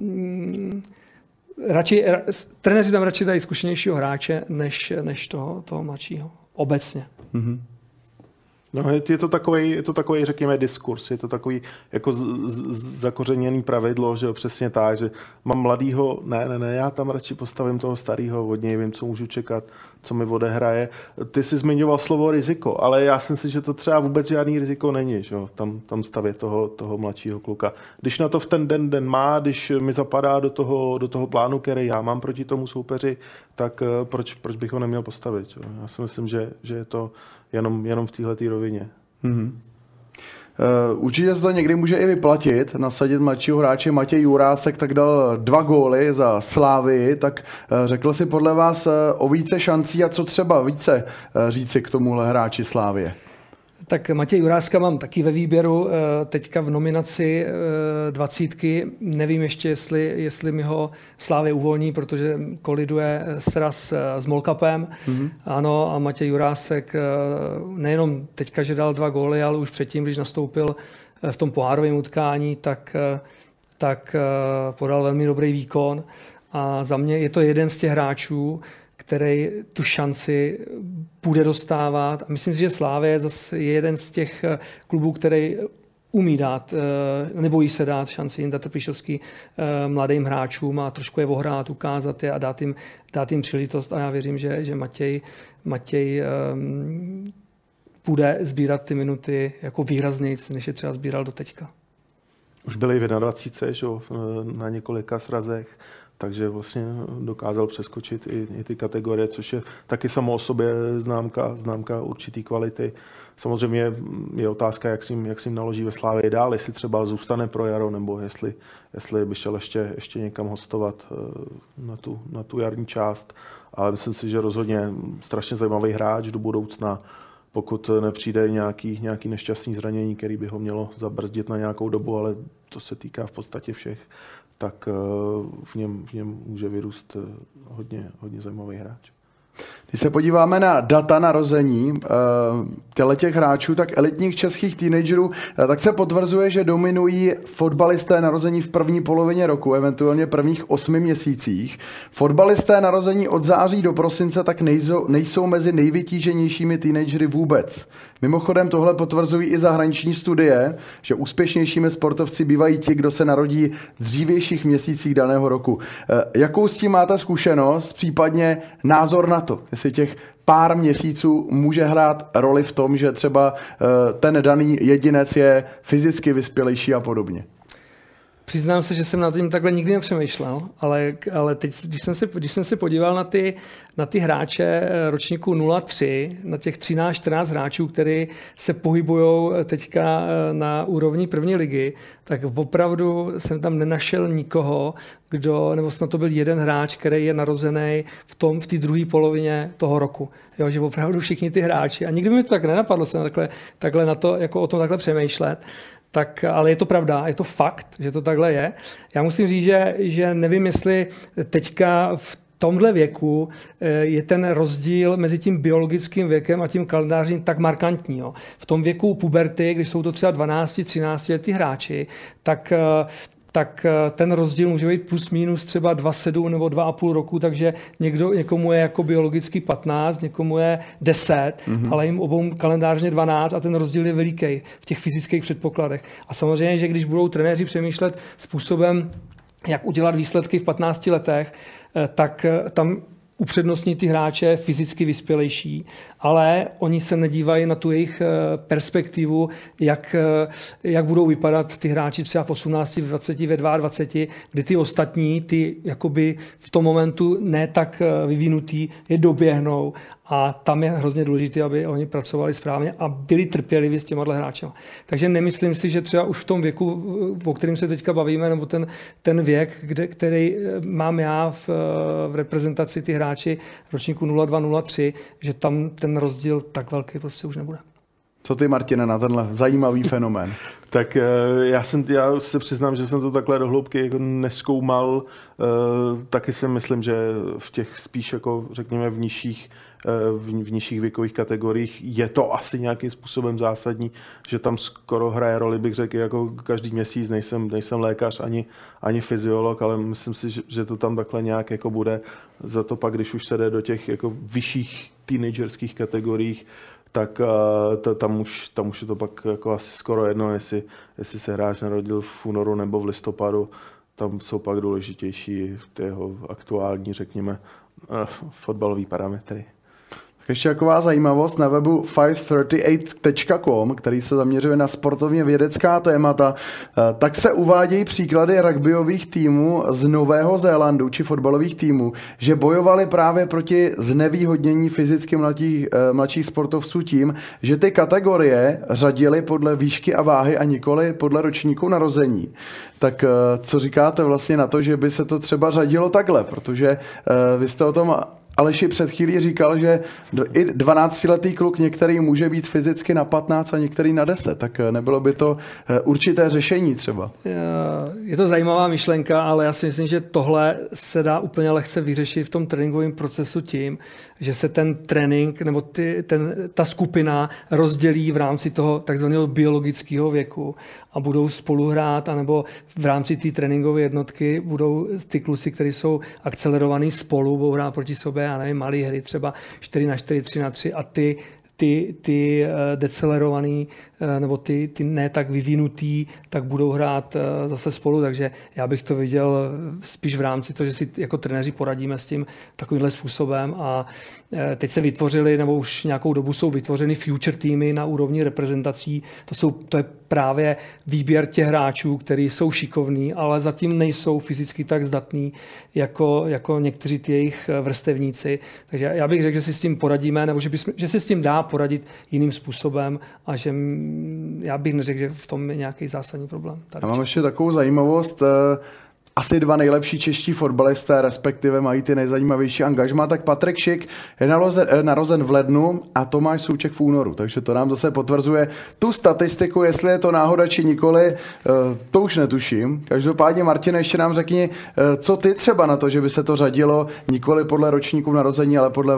trenéři tam radši dají zkušenějšího hráče, než toho mladšího. Obecně. Mm-hmm. No, je to takový, řekněme, diskurs, je to takový jako zakořeněný pravidlo, že přesně tak, že mám mladýho, ne, já tam radši postavím toho starého, od něj vím, co můžu čekat, co mi odehraje. Ty jsi zmiňoval slovo riziko, ale já si myslím, že to třeba vůbec žádný riziko není, že jo, tam stavět toho mladšího kluka. Když na to v ten den má, když mi zapadá do toho plánu, který já mám proti tomu soupeři, tak proč bych ho neměl postavit, jo? Já si myslím, že je to jenom v téhletý rovině. Mm-hmm. Určitě se to někdy může i vyplatit, nasadit mladšího hráče. Matěj Jurásek tak dal 2 góly za Slávii, tak řekl si podle vás o více šancí a co třeba více říci k tomuhle hráči Slávie? Tak Matěj Juráska mám taky ve výběru, teďka v nominaci 20. Nevím ještě, jestli mi ho Slávě uvolní, protože koliduje sraz s Molkapem. Mm-hmm. Ano, a Matěj Jurásek nejenom teďka, že dal 2 góly, ale už předtím, když nastoupil v tom pohárovém utkání, tak podal velmi dobrý výkon. A za mě je to jeden z těch hráčů, který tu šanci bude dostávat. A myslím si, že Slavia zase je jeden z těch klubů, který umí dát, nebojí se dát šanci Jindra Trpišovský mladým hráčům a trošku je ohrát, ukázat je a dát jim příležitost. A já věřím, že Matěj bude sbírat ty minuty jako výraznějc, než je třeba sbíral doteďka. Už byli v 21, že, na několika srazech, takže vlastně dokázal přeskočit i ty kategorie, což je taky samo o sobě známka určitý kvality. Samozřejmě je otázka, jak s ním naloží ve Slávii dál, jestli třeba zůstane pro jaro, nebo jestli by šel ještě někam hostovat na tu jarní část. Ale myslím si, že rozhodně strašně zajímavý hráč do budoucna, pokud nepřijde nějaký nešťastný zranění, který by ho mělo zabrzdit na nějakou dobu, ale to se týká v podstatě všech, tak v něm může vyrůst hodně zajímavý hráč. Když se podíváme na data narození těch hráčů, tak elitních českých teenagerů, tak se potvrzuje, že dominují fotbalisté narození v první polovině roku, eventuálně prvních 8 měsících. Fotbalisté narození od září do prosince tak nejsou mezi nejvytíženějšími teenagery vůbec. Mimochodem tohle potvrzují i zahraniční studie, že úspěšnějšími sportovci bývají ti, kdo se narodí v dřívějších měsících daného roku. Jakou s tím máte zkušenost, případně názor na to? Jestli těch pár měsíců může hrát roli v tom, že třeba ten daný jedinec je fyzicky vyspělejší a podobně. Přiznám se, že jsem nad tím takhle nikdy nepřemýšlel, ale teď, když jsem se podíval na ty hráče ročníku 03, na těch 13-14 hráčů, kteří se pohybují teďka na úrovni první ligy, tak opravdu jsem tam nenašel nikoho, nebo snad to byl jeden hráč, který je narozený v té druhé polovině toho roku. Jo, že opravdu všichni ty hráči, a nikdy mi to tak nenapadlo, jsem takhle na to, jako o tom takhle přemýšlet. Tak, ale je to pravda, je to fakt, že to takhle je. Já musím říct, že nevím, jestli teďka v tomhle věku je ten rozdíl mezi tím biologickým věkem a tím kalendářním tak markantní. Jo. V tom věku puberty, když jsou to třeba 12-13 letí hráči, tak ten rozdíl může být plus minus třeba 2,7 nebo 2,5 roku, takže někomu je jako biologicky 15, někomu je 10, ale jim obou kalendářně 12 a ten rozdíl je veliký v těch fyzických předpokladech. A samozřejmě, že když budou trenéři přemýšlet způsobem, jak udělat výsledky v 15 letech, tak tam upřednostní ty hráče fyzicky vyspělejší, ale oni se nedívají na tu jejich perspektivu, jak budou vypadat ty hráči třeba v 18, v 20, ve 22, kdy ty ostatní, ty jakoby v tom momentu ne tak vyvinutý, je doběhnou. A tam je hrozně důležité, aby oni pracovali správně a byli trpěliví s těmahle hráčema. Takže nemyslím si, že třeba už v tom věku, o kterém se teďka bavíme, nebo ten věk, který mám já v reprezentaci ty hráči ročníku 02-03, že tam ten rozdíl tak velký prostě už nebude. Co ty, Martine, na tenhle zajímavý fenomén? Tak já se přiznám, že jsem to takhle do hloubky jako nezkoumal. Taky si myslím, že v těch spíš jako řekněme v nižších věkových kategoriích je to asi nějakým způsobem zásadní, že tam skoro hraje roli, bych řekl, jako každý měsíc. Nejsem lékař ani fyziolog, ale myslím si, že to tam takhle nějak jako bude. Za to pak, když už se jde do těch jako vyšších teenagerských kategoriích, tak tam už je to pak jako asi skoro jedno, jestli se hráč narodil v únoru nebo v listopadu. Tam jsou pak důležitější ty jeho aktuální, řekněme, fotbalové parametry. Ještě taková zajímavost na webu 538.com, který se zaměřuje na sportovně vědecká témata, tak se uvádějí příklady rugbyových týmů z Nového Zélandu či fotbalových týmů, že bojovali právě proti znevýhodnění fyzicky mladších sportovců tím, že ty kategorie řadili podle výšky a váhy a nikoli podle ročníku narození. Tak co říkáte vlastně na to, že by se to třeba řadilo takhle, protože vy jste o tom Aleši před chvílí říkal, že i 12letý kluk některý může být fyzicky na 15 a některý na 10, tak nebylo by to určité řešení třeba? Je to zajímavá myšlenka, ale já si myslím, že tohle se dá úplně lehce vyřešit v tom tréninkovém procesu tím, že se ten trénink nebo ta skupina rozdělí v rámci toho takzvaného biologického věku a budou spolu hrát, anebo v rámci té tréninkové jednotky budou ty kluci, kteří jsou akcelerovaný spolu, budou hrát proti sobě, a nevím, malé hry, třeba 4x4, 3x3 a ty decelerovaný nebo ty ne tak vyvinutý, tak budou hrát zase spolu, takže já bych to viděl spíš v rámci toho, že si jako trenéři poradíme s tím takovýmhle způsobem a teď se vytvořili, nebo už nějakou dobu jsou vytvořeny future týmy na úrovni reprezentací, to je právě výběr těch hráčů, kteří jsou šikovní, ale zatím nejsou fyzicky tak zdatní jako někteří ty jejich vrstevníci. Takže já bych řekl, že si s tím poradíme, nebo že se s tím dá poradit jiným způsobem a že já bych neřekl, že v tom je nějaký zásadní problém. A mám ještě takovou zajímavost. Asi 2 nejlepší čeští fotbalisté, respektive mají ty nejzajímavější angažmá, tak Patrik Šik je narozen v lednu a Tomáš Souček v únoru, takže to nám zase potvrzuje tu statistiku, jestli je to náhoda či nikoli, to už netuším. Každopádně, Martine, ještě nám řekni, co ty třeba na to, že by se to řadilo nikoli podle ročníků narození, ale podle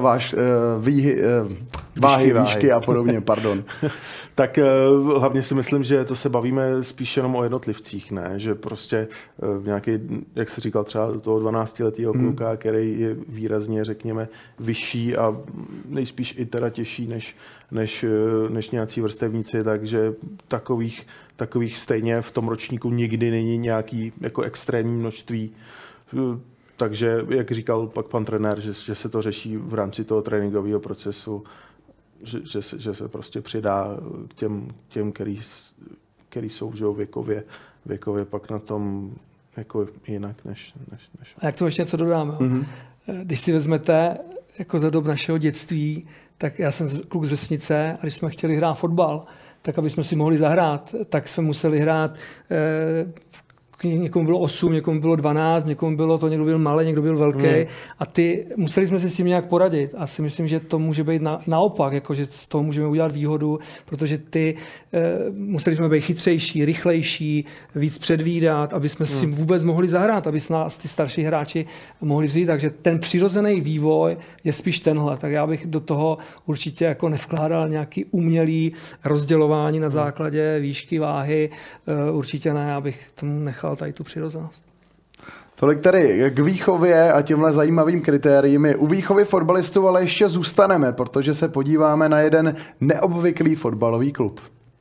váhy, výšky a podobně, pardon. Tak hlavně si myslím, že to se bavíme spíš jenom o jednotlivcích, ne? Že prostě nějaký, jak se říkal, třeba toho 12letého kluka, který je výrazně, řekněme, vyšší a nejspíš i teda těžší než nějací vrstevníci, takže takových stejně v tom ročníku nikdy není nějaký jako extrémní množství. Takže, jak říkal pak pan trenér, že se to řeší v rámci toho tréninkového procesu, že se prostě přidá k těm který jsou že věkově pak na tom jako jinak než. A jak to ještě něco dodáme? Mm-hmm. Když si vezmete jako za dob našeho dětství, tak já jsem kluk z vesnice a když jsme chtěli hrát fotbal, tak aby jsme si mohli zahrát, tak jsme museli hrát někomu bylo 8, někomu bylo 12, někomu bylo to, někdo byl malý, někdo byl velký a museli jsme si s tím nějak poradit a si myslím, že to může být naopak, jako, že z toho můžeme udělat výhodu, protože museli jsme být chytřejší, rychlejší, víc předvídat, aby jsme si vůbec mohli zahrát, aby nás ty starší hráči mohli vzít, takže ten přirozený vývoj je spíš tenhle, tak já bych do toho určitě jako nevkládal nějaký umělý rozdělování na základě výšky, váhy, určitě ne, já bych tomu nechal tady tu přirozenost. Tolik tady k výchově a těmhle zajímavým kritériím. U výchovy fotbalistů ale ještě zůstaneme, protože se podíváme na jeden neobvyklý fotbalový klub.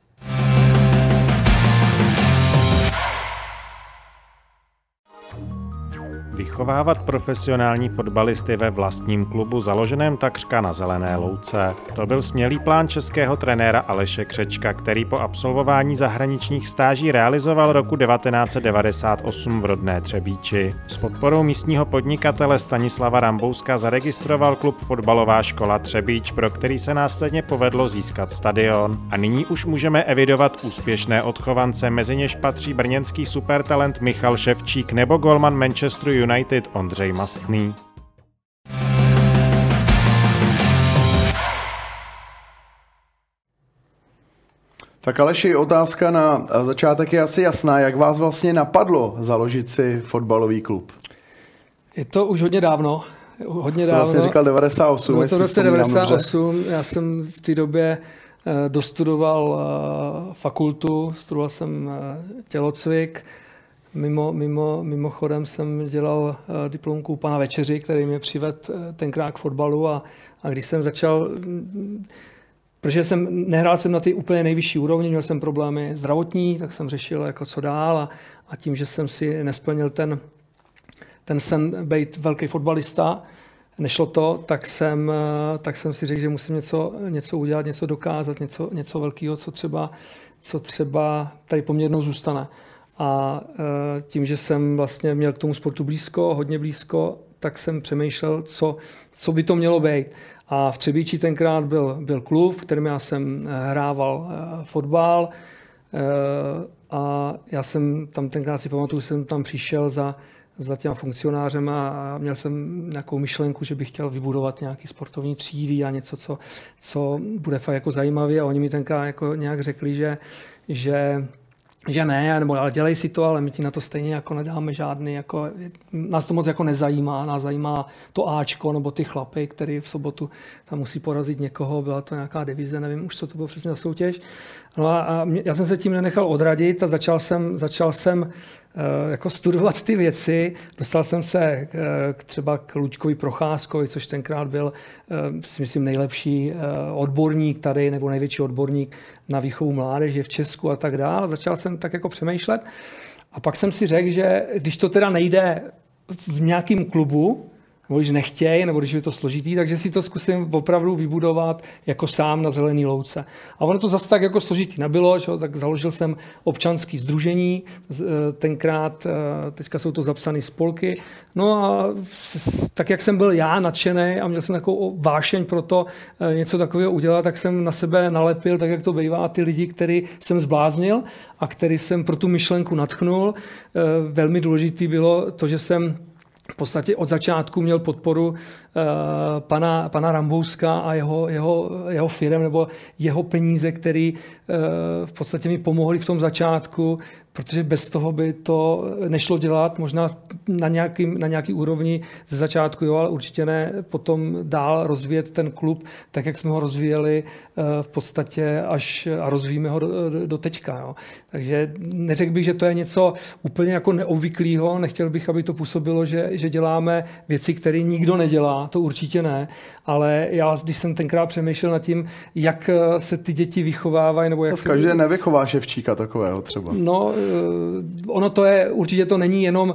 Vychovávat profesionální fotbalisty ve vlastním klubu založeném takřka na zelené louce. To byl smělý plán českého trenéra Aleše Křečka, který po absolvování zahraničních stáží realizoval roku 1998 v rodné Třebíči. S podporou místního podnikatele Stanislava Rambouska zaregistroval klub Fotbalová škola Třebíč, pro který se následně povedlo získat stadion. A nyní už můžeme evidovat úspěšné odchovance, mezi něž patří brněnský supertalent Michal Ševčík nebo golman Manchesteru United Ondřej Mastný. Tak Aleši, otázka na začátek je asi jasná. Jak vás vlastně napadlo založit si fotbalový klub? Je to už hodně dávno. Jste vlastně říkal 98. Bylo to v roce 98. Já jsem v té době dostudoval fakultu, studoval jsem tělocvik. Mimochodem jsem dělal diplomku pana Večeři, který mě přivedl tenkrát k fotbalu a když jsem začal, protože nehrál jsem na ty úplně nejvyšší úrovni, měl jsem problémy zdravotní, tak jsem řešil jako co dál a tím, že jsem si nesplnil ten sen být velký fotbalista, nešlo to, tak jsem si řekl, že musím něco udělat, něco dokázat, něco velkého, co třeba tady po mně jednou zůstane. A tím, že jsem vlastně měl k tomu sportu hodně blízko, tak jsem přemýšlel, co by to mělo být. A v Třebíči tenkrát byl klub, v kterém já jsem hrával fotbal a já jsem tam tenkrát si pamatuju, jsem tam přišel za těma funkcionářem a měl jsem nějakou myšlenku, že bych chtěl vybudovat nějaký sportovní třídy a něco, co bude fakt jako zajímavé a oni mi tenkrát jako nějak řekli, že ne, nebo ale dělej si to, ale my ti na to stejně jako nedáme žádný, jako, nás to moc jako nezajímá, nás zajímá to Ačko nebo ty chlapy, který v sobotu tam musí porazit někoho, byla to nějaká divize, nevím už, co to bylo přesně za soutěž. No a já jsem se tím nenechal odradit a začal jsem jako studovat ty věci. Dostal jsem se třeba k Luďkovi Procházkovi, což tenkrát byl, si myslím, nejlepší odborník tady, nebo největší odborník na výchovu mládeže v Česku a tak dále. Začal jsem tak jako přemýšlet a pak jsem si řekl, že když to teda nejde v nějakém klubu, nebo když nechtějí, nebo když je to složitý, takže si to zkusím opravdu vybudovat jako sám na zelený louce. A ono to zase tak jako složitý nebylo, že? Tak založil jsem občanský sdružení, tenkrát, teďka jsou to zapsané spolky, no a tak jak jsem byl já nadšený a měl jsem takovou vášeň pro to něco takového udělat, tak jsem na sebe nalepil, tak jak to bývá, ty lidi, který jsem zbláznil a který jsem pro tu myšlenku nadchnul. Velmi důležitý bylo to, že jsem v podstatě od začátku měl podporu pana Rambouska a jeho firem nebo jeho peníze, které v podstatě mi pomohly v tom začátku, protože bez toho by to nešlo dělat, možná na nějaký úrovni ze začátku, jo, ale určitě ne potom dál rozvíjet ten klub, tak jak jsme ho rozvíjeli v podstatě až a rozvíjíme ho do teďka. Jo. Takže neřekl bych, že to je něco úplně jako neobvyklého, nechtěl bych, aby to působilo, že děláme věci, které nikdo nedělá, to určitě ne, ale já, když jsem tenkrát přemýšlel nad tím, jak se ty děti vychovávají, nebo jak každý nevychová Ševčíka takového třeba. No, ono to je, určitě to není jenom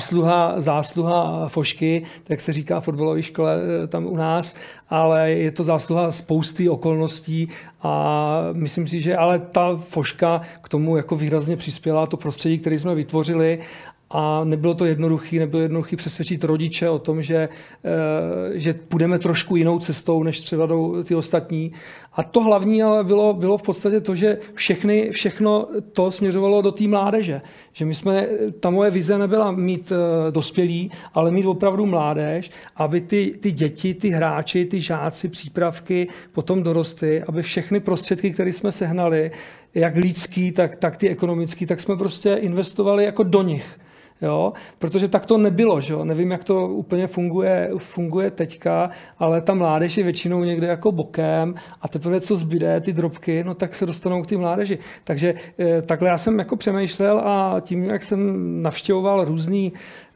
zásluha Fošky, tak se říká v fotbalové škole tam u nás, ale je to zásluha spousty okolností a myslím si, že ale ta Foška k tomu jako výrazně přispěla, to prostředí, které jsme vytvořili. A nebylo jednoduché přesvědčit rodiče o tom, že půjdeme trošku jinou cestou, než třeba jdou ty ostatní. A to hlavní ale bylo v podstatě to, že všechno to směřovalo do té mládeže. Že ta moje vize nebyla mít dospělí, ale mít opravdu mládež, aby ty děti, ty hráči, ty žáci, přípravky potom dorostly, aby všechny prostředky, které jsme sehnali, jak lidský, tak ty ekonomický, tak jsme prostě investovali jako do nich. Jo? Protože tak to nebylo, že? Nevím, jak to úplně funguje teďka, ale ta mládež je většinou někde jako bokem a teprve co zbyde, ty drobky, no tak se dostanou k ty mládeži. Takže takhle já jsem jako přemýšlel a tím, jak jsem navštěvoval různý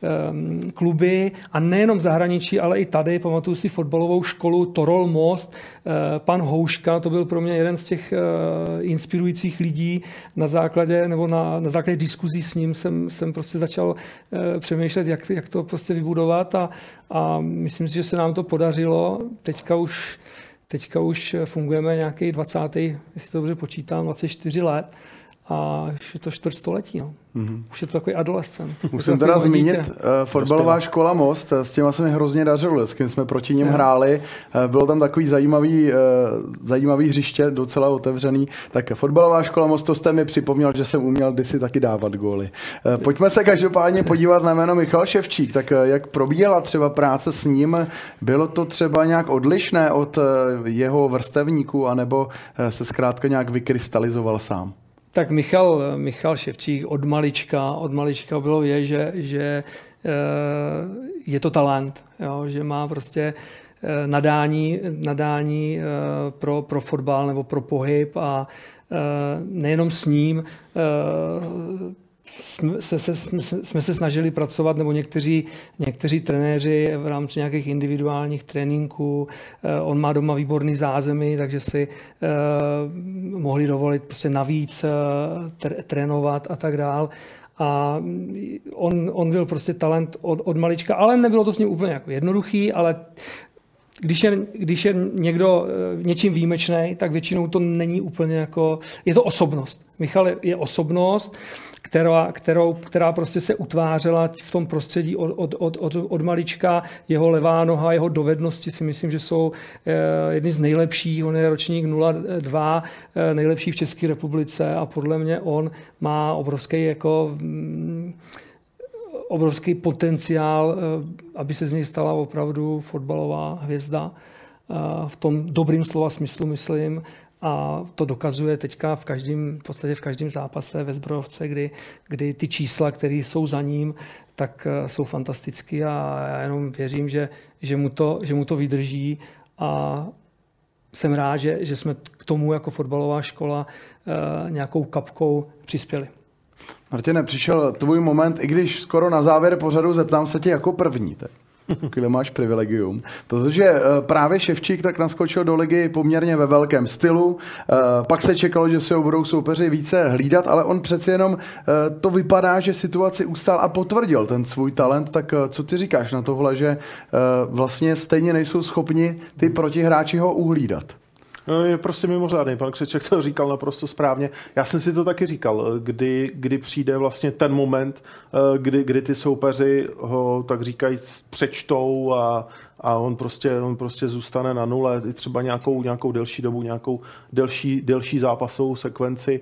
kluby a nejenom v zahraničí, ale i tady, pamatuju si fotbalovou školu Torol Most, pan Houška, to byl pro mě jeden z těch inspirujících lidí na základě diskuzí s ním jsem prostě začal přemýšlet, jak to prostě vybudovat a myslím si, že se nám to podařilo. Teďka už fungujeme nějaký 20, jestli to dobře počítám, 24 let. A už je to čtvrtstoletí. No. Mm-hmm. Už je to takový adolescent. Musím teda zmínit fotbalová škola Most, s těma se mi hrozně dařilo, s kým jsme proti něm hráli. Bylo tam takový zajímavý hřiště, docela otevřený. Tak fotbalová škola Most, to jste mi připomněl, že jsem uměl kdysi taky dávat góly. Pojďme se každopádně podívat na jméno Michal Ševčík. Tak jak probíhala třeba práce s ním? Bylo to třeba nějak odlišné od jeho vrstevníků, anebo se zkrátka nějak vykrystalizoval sám? Tak Michal Ševčík od malička bylo vědět, že je to talent, jo, že má prostě nadání pro fotbal nebo pro pohyb a nejenom s ním jsme se snažili pracovat, nebo někteří trenéři v rámci nějakých individuálních tréninků. On má doma výborný zázemí, takže si mohli dovolit prostě navíc trénovat a tak dál. A on byl prostě talent od malička, ale nebylo to s ním úplně jako jednoduchý, ale když je někdo něčím výjimečný, tak většinou to není úplně jako... Je to osobnost. Michal je osobnost, která prostě se utvářela v tom prostředí od malička. Jeho levá noha, jeho dovednosti si myslím, že jsou jedny z nejlepších. On je ročník 02, nejlepší v České republice a podle mě on má obrovský potenciál, aby se z něj stala opravdu fotbalová hvězda. V tom dobrým slova smyslu, myslím. A to dokazuje teďka v každém zápase ve Zbrojovce, kdy ty čísla, které jsou za ním, tak jsou fantastické a já jenom věřím, že mu to vydrží a jsem rád, že jsme k tomu jako fotbalová škola nějakou kapkou přispěli. Martine, přišel tvůj moment, i když skoro na závěr pořadu zeptám se tě jako první. Kde máš privilegium. Protože právě Ševčík tak naskočil do ligy poměrně ve velkém stylu. Pak se čekalo, že se ho budou soupeři více hlídat, ale on přeci jenom to vypadá, že situaci ustál a potvrdil ten svůj talent. Tak co ty říkáš na tohle, že vlastně stejně nejsou schopni ty protihráči ho uhlídat? No, je prostě mimořádný. Pan Křeček to říkal naprosto správně. Já jsem si to taky říkal, kdy přijde vlastně ten moment, kdy ty soupeři ho, tak říkajíc, přečtou a on prostě zůstane na nule. I třeba nějakou delší dobu, nějakou delší zápasovou sekvenci.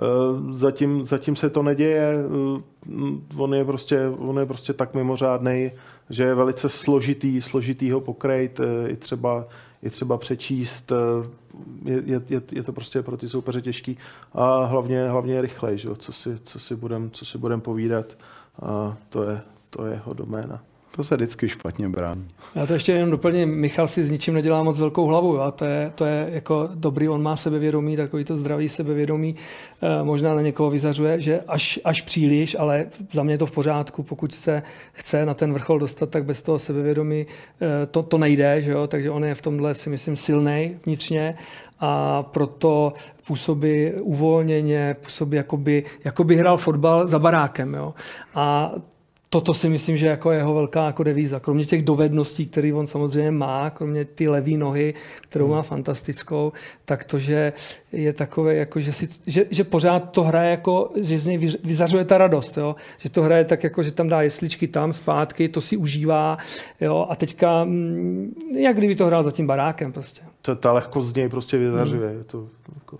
Zatím se to neděje. On je prostě tak mimořádný, že je velice složitý ho pokrejt, i třeba přečíst, je to prostě pro ty soupeře těžký a hlavně je rychlej, že? Co si budem povídat, a to je jeho doména. To se vždycky špatně brání. Já to ještě jenom doplním. Michal si s ničím nedělá moc velkou hlavu. Jo? To je jako dobrý, on má sebevědomí, takový to zdravý sebevědomí. Možná na někoho vyzařuje, že až příliš, ale za mě je to v pořádku. Pokud se chce na ten vrchol dostat, tak bez toho sebevědomí to nejde. Že jo? Takže on je v tomhle, si myslím, silnej vnitřně a proto působí uvolněně, působí jakoby hrál fotbal za barákem. Jo? A toto si myslím, že jako jeho velká jako devíza. Kromě těch dovedností, které on samozřejmě má, kromě ty levý nohy, kterou má fantastickou, tak to, že je takové, jako, že pořád to hraje, jako, že z něj vyzařuje ta radost. Jo? Že to hraje tak, jako, že tam dá jesličky tam, zpátky, to si užívá. Jo? A teďka, jak kdyby to hrál za tím barákem. Prostě. Ta lehkost z něj prostě vyzařuje. Je to jako...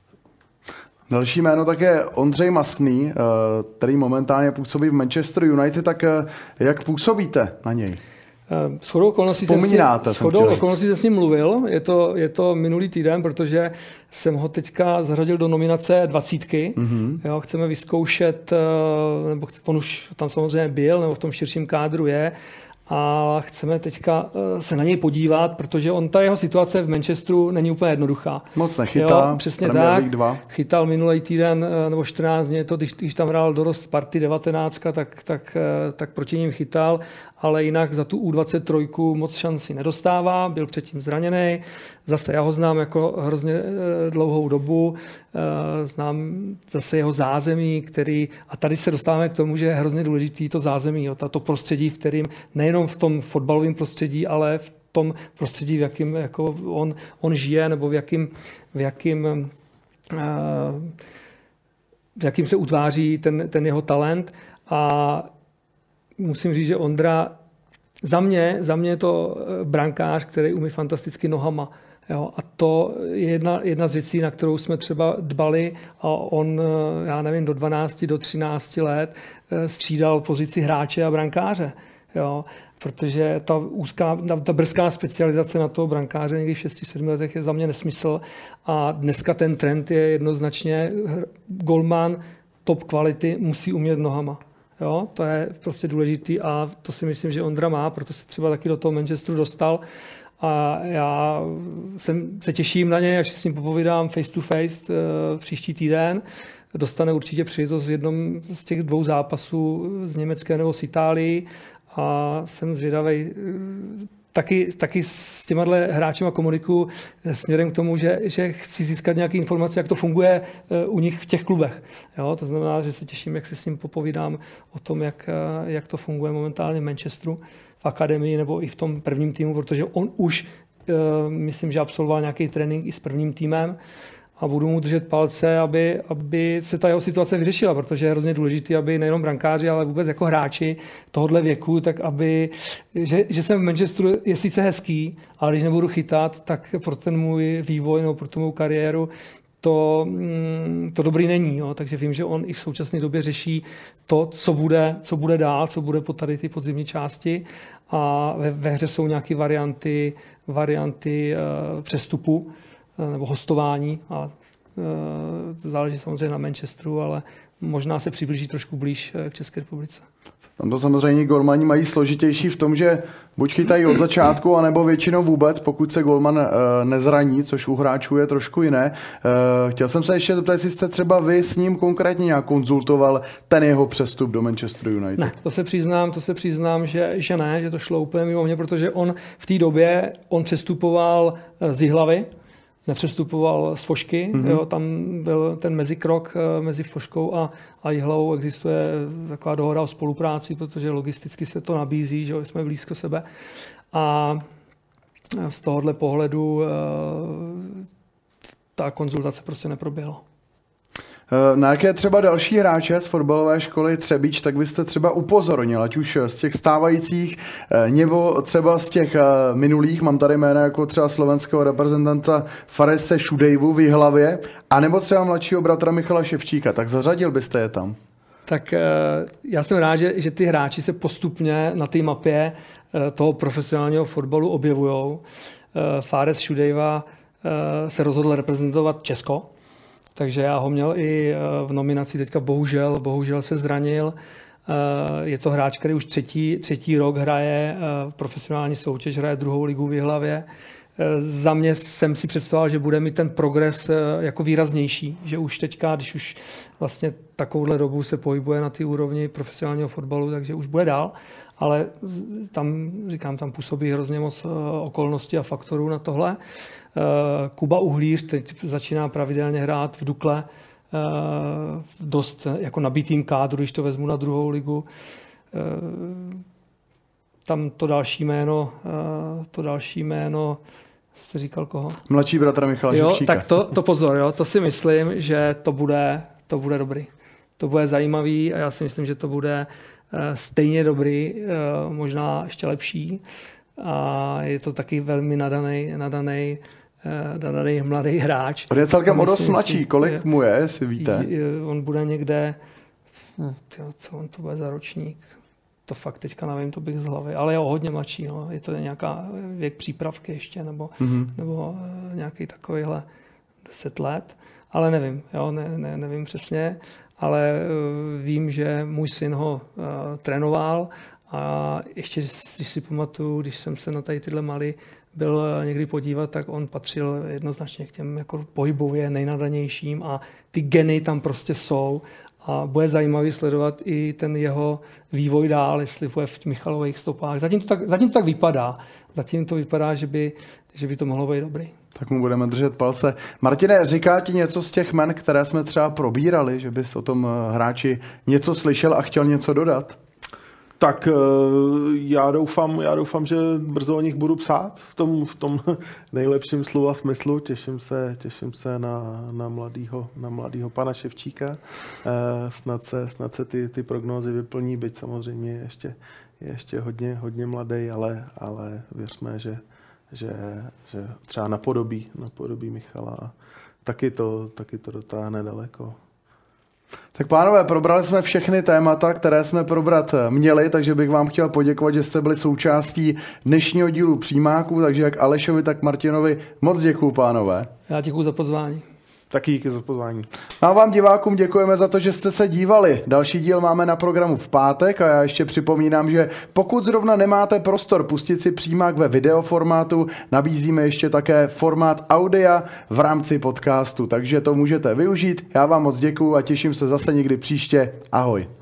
Další jméno tak je Ondřej Masný, který momentálně působí v Manchester United, tak jak působíte na něj? Shodou okolností jsem s ním mluvil, je to minulý týden, protože jsem ho teďka zařadil do nominace 20. Mm-hmm. Jo, chceme vyzkoušet, nebo on už tam samozřejmě byl, nebo v tom širším kádru je, a chceme teďka se na něj podívat, protože ta jeho situace v Manchesteru není úplně jednoduchá. Moc nechytá. Jo, přesně tak. Chytal minulý týden nebo 14 dní, když tam hrál dorost Sparty 19, tak proti ním chytal, ale jinak za tu U23 moc šancí nedostává, byl předtím zraněný. Zase já ho znám jako hrozně dlouhou dobu, znám zase jeho zázemí, a tady se dostáváme k tomu, že je hrozně důležitý to zázemí, jo, to prostředí, v kterým nejenom v tom fotbalovém prostředí, ale v tom prostředí, v jakém jako on žije, nebo v jakým se utváří ten jeho talent. A musím říct, že Ondra, za mě je to brankář, který umí fantasticky nohama. Jo, a to je jedna z věcí, na kterou jsme třeba dbali, a on, já nevím, do 12, do 13 let střídal pozici hráče a brankáře. Jo, protože ta brzká specializace na toho brankáře někdy v 6-7 letech je za mě nesmysl. A dneska ten trend je jednoznačně golman top kvality musí umět nohama. Jo, to je prostě důležitý a to si myslím, že Ondra má, proto se třeba taky do toho Manchesteru dostal. A já se těším na něj, až s ním popovídám face to face příští týden. Dostane určitě příležitost v jednom z těch 2 zápasů z Německé nebo z Itálii a jsem zvědavý. Taky s těmahle hráčima komunikuju směrem k tomu, že chci získat nějaké informace, jak to funguje u nich v těch klubech. Jo, to znamená, že se těším, jak se s ním popovídám o tom, jak to funguje momentálně v Manchesteru, v akademii nebo i v tom prvním týmu, protože on už, myslím, že absolvoval nějaký trénink i s prvním týmem a budu mu držet palce, aby se ta jeho situace vyřešila, protože je hrozně důležité, aby nejenom brankáři, ale vůbec jako hráči tohohle věku, tak že jsem v Manchesteru je sice hezký, ale když nebudu chytat, tak pro ten můj vývoj nebo pro tu mou kariéru to dobrý není. Jo? Takže vím, že on i v současné době řeší to, co bude dál, co bude po tady ty podzimní části a ve hře jsou nějaké varianty přestupu nebo hostování a záleží samozřejmě na Manchesteru, ale možná se přiblíží trošku blíž k České republice. Tam to samozřejmě golmani mají složitější v tom, že buď chytají od začátku, anebo většinou vůbec, pokud se golman nezraní, což u hráčů je trošku jiné. Chtěl jsem se ještě zeptat, jestli jste třeba vy s ním konkrétně nějak konzultoval ten jeho přestup do Manchesteru United. Ne, to se přiznám, že ne, že to šlo úplně mimo mě, protože on v té době přestupoval z Jihlavy, nepřestupoval z Fošky, jo, tam byl ten mezikrok mezi Foškou a Jihlavou, existuje taková dohoda o spolupráci, protože logisticky se to nabízí, že jsme blízko sebe. A z tohohle pohledu ta konzultace prostě neproběhla. Na jaké třeba další hráče z fotbalové školy Třebíč, tak byste třeba upozornil, ať už z těch stávajících, nebo třeba z těch minulých, mám tady jména jako třeba slovenského reprezentanta Farese Šudejvu v Jihlavě, anebo třeba mladšího bratra Michala Ševčíka, tak zařadil byste je tam? Tak já jsem rád, že ty hráči se postupně na té mapě toho profesionálního fotbalu objevujou. Fares Šudejva se rozhodl reprezentovat Česko, takže já ho měl i v nominaci, teďka bohužel se zranil. Je to hráč, který už třetí rok hraje profesionální soutěž, hraje 2. ligu v Jihlavě. Za mě jsem si představoval, že bude mít ten progres jako výraznější, že už teďka, když už vlastně takovouhle dobu se pohybuje na té úrovni profesionálního fotbalu, takže už bude dál, ale tam působí hrozně moc okolností a faktorů na tohle. Kuba Uhlíř teď začíná pravidelně hrát v Dukle, dost jako nabitým kádru, když to vezmu na 2. ligu. Tam to další jméno, jste říkal koho? Mladší bratra Michala Ševčíka. Tak to pozor, jo, to si myslím, že to bude dobrý. To bude zajímavý a já si myslím, že to bude stejně dobrý, možná ještě lepší. A je to taky velmi nadaný mladý hráč. On je celkem o dost mladší. Kolik mu je, jestli víte? On bude někde, co on to bude za ročník? To fakt teďka nevím, to bych z hlavy, ale je o hodně mladší. No. Je to nějaká věk přípravky ještě, nebo nějaký takovýhle 10 let. Ale nevím, nevím přesně, ale vím, že můj syn ho trénoval a ještě, když si pamatuju, když jsem se na tyhle malý byl někdy podívat, tak on patřil jednoznačně k těm jako pohybově nejnadanějším a ty geny tam prostě jsou a bude zajímavý sledovat i ten jeho vývoj dál, jestli bude v Michalových stopách. Zatím to tak vypadá. Zatím to vypadá, že by to mohlo být dobrý. Tak mu budeme držet palce. Martine, říká ti něco z těch men, které jsme třeba probírali, že bys o tom hráči něco slyšel a chtěl něco dodat? Tak já doufám, že brzo o nich budu psát v tom nejlepším slova smyslu. Těším se na mladýho pana Ševčíka. Snad se ty prognózy vyplní, byť samozřejmě ještě hodně mladý, ale věřme, že třeba napodobí Michala a taky to dotáhne daleko. Tak pánové, probrali jsme všechny témata, které jsme probrat měli, takže bych vám chtěl poděkovat, že jste byli součástí dnešního dílu Přímáků, takže jak Alešovi, tak Martinovi moc děkuju, pánové. Já děkuju za pozvání. Taky díky za pozvání. A vám divákům děkujeme za to, že jste se dívali. Další díl máme na programu v pátek a já ještě připomínám, že pokud zrovna nemáte prostor pustit si Přímák ve videoformátu, nabízíme ještě také formát audia v rámci podcastu, takže to můžete využít. Já vám moc děkuju a těším se zase někdy příště. Ahoj.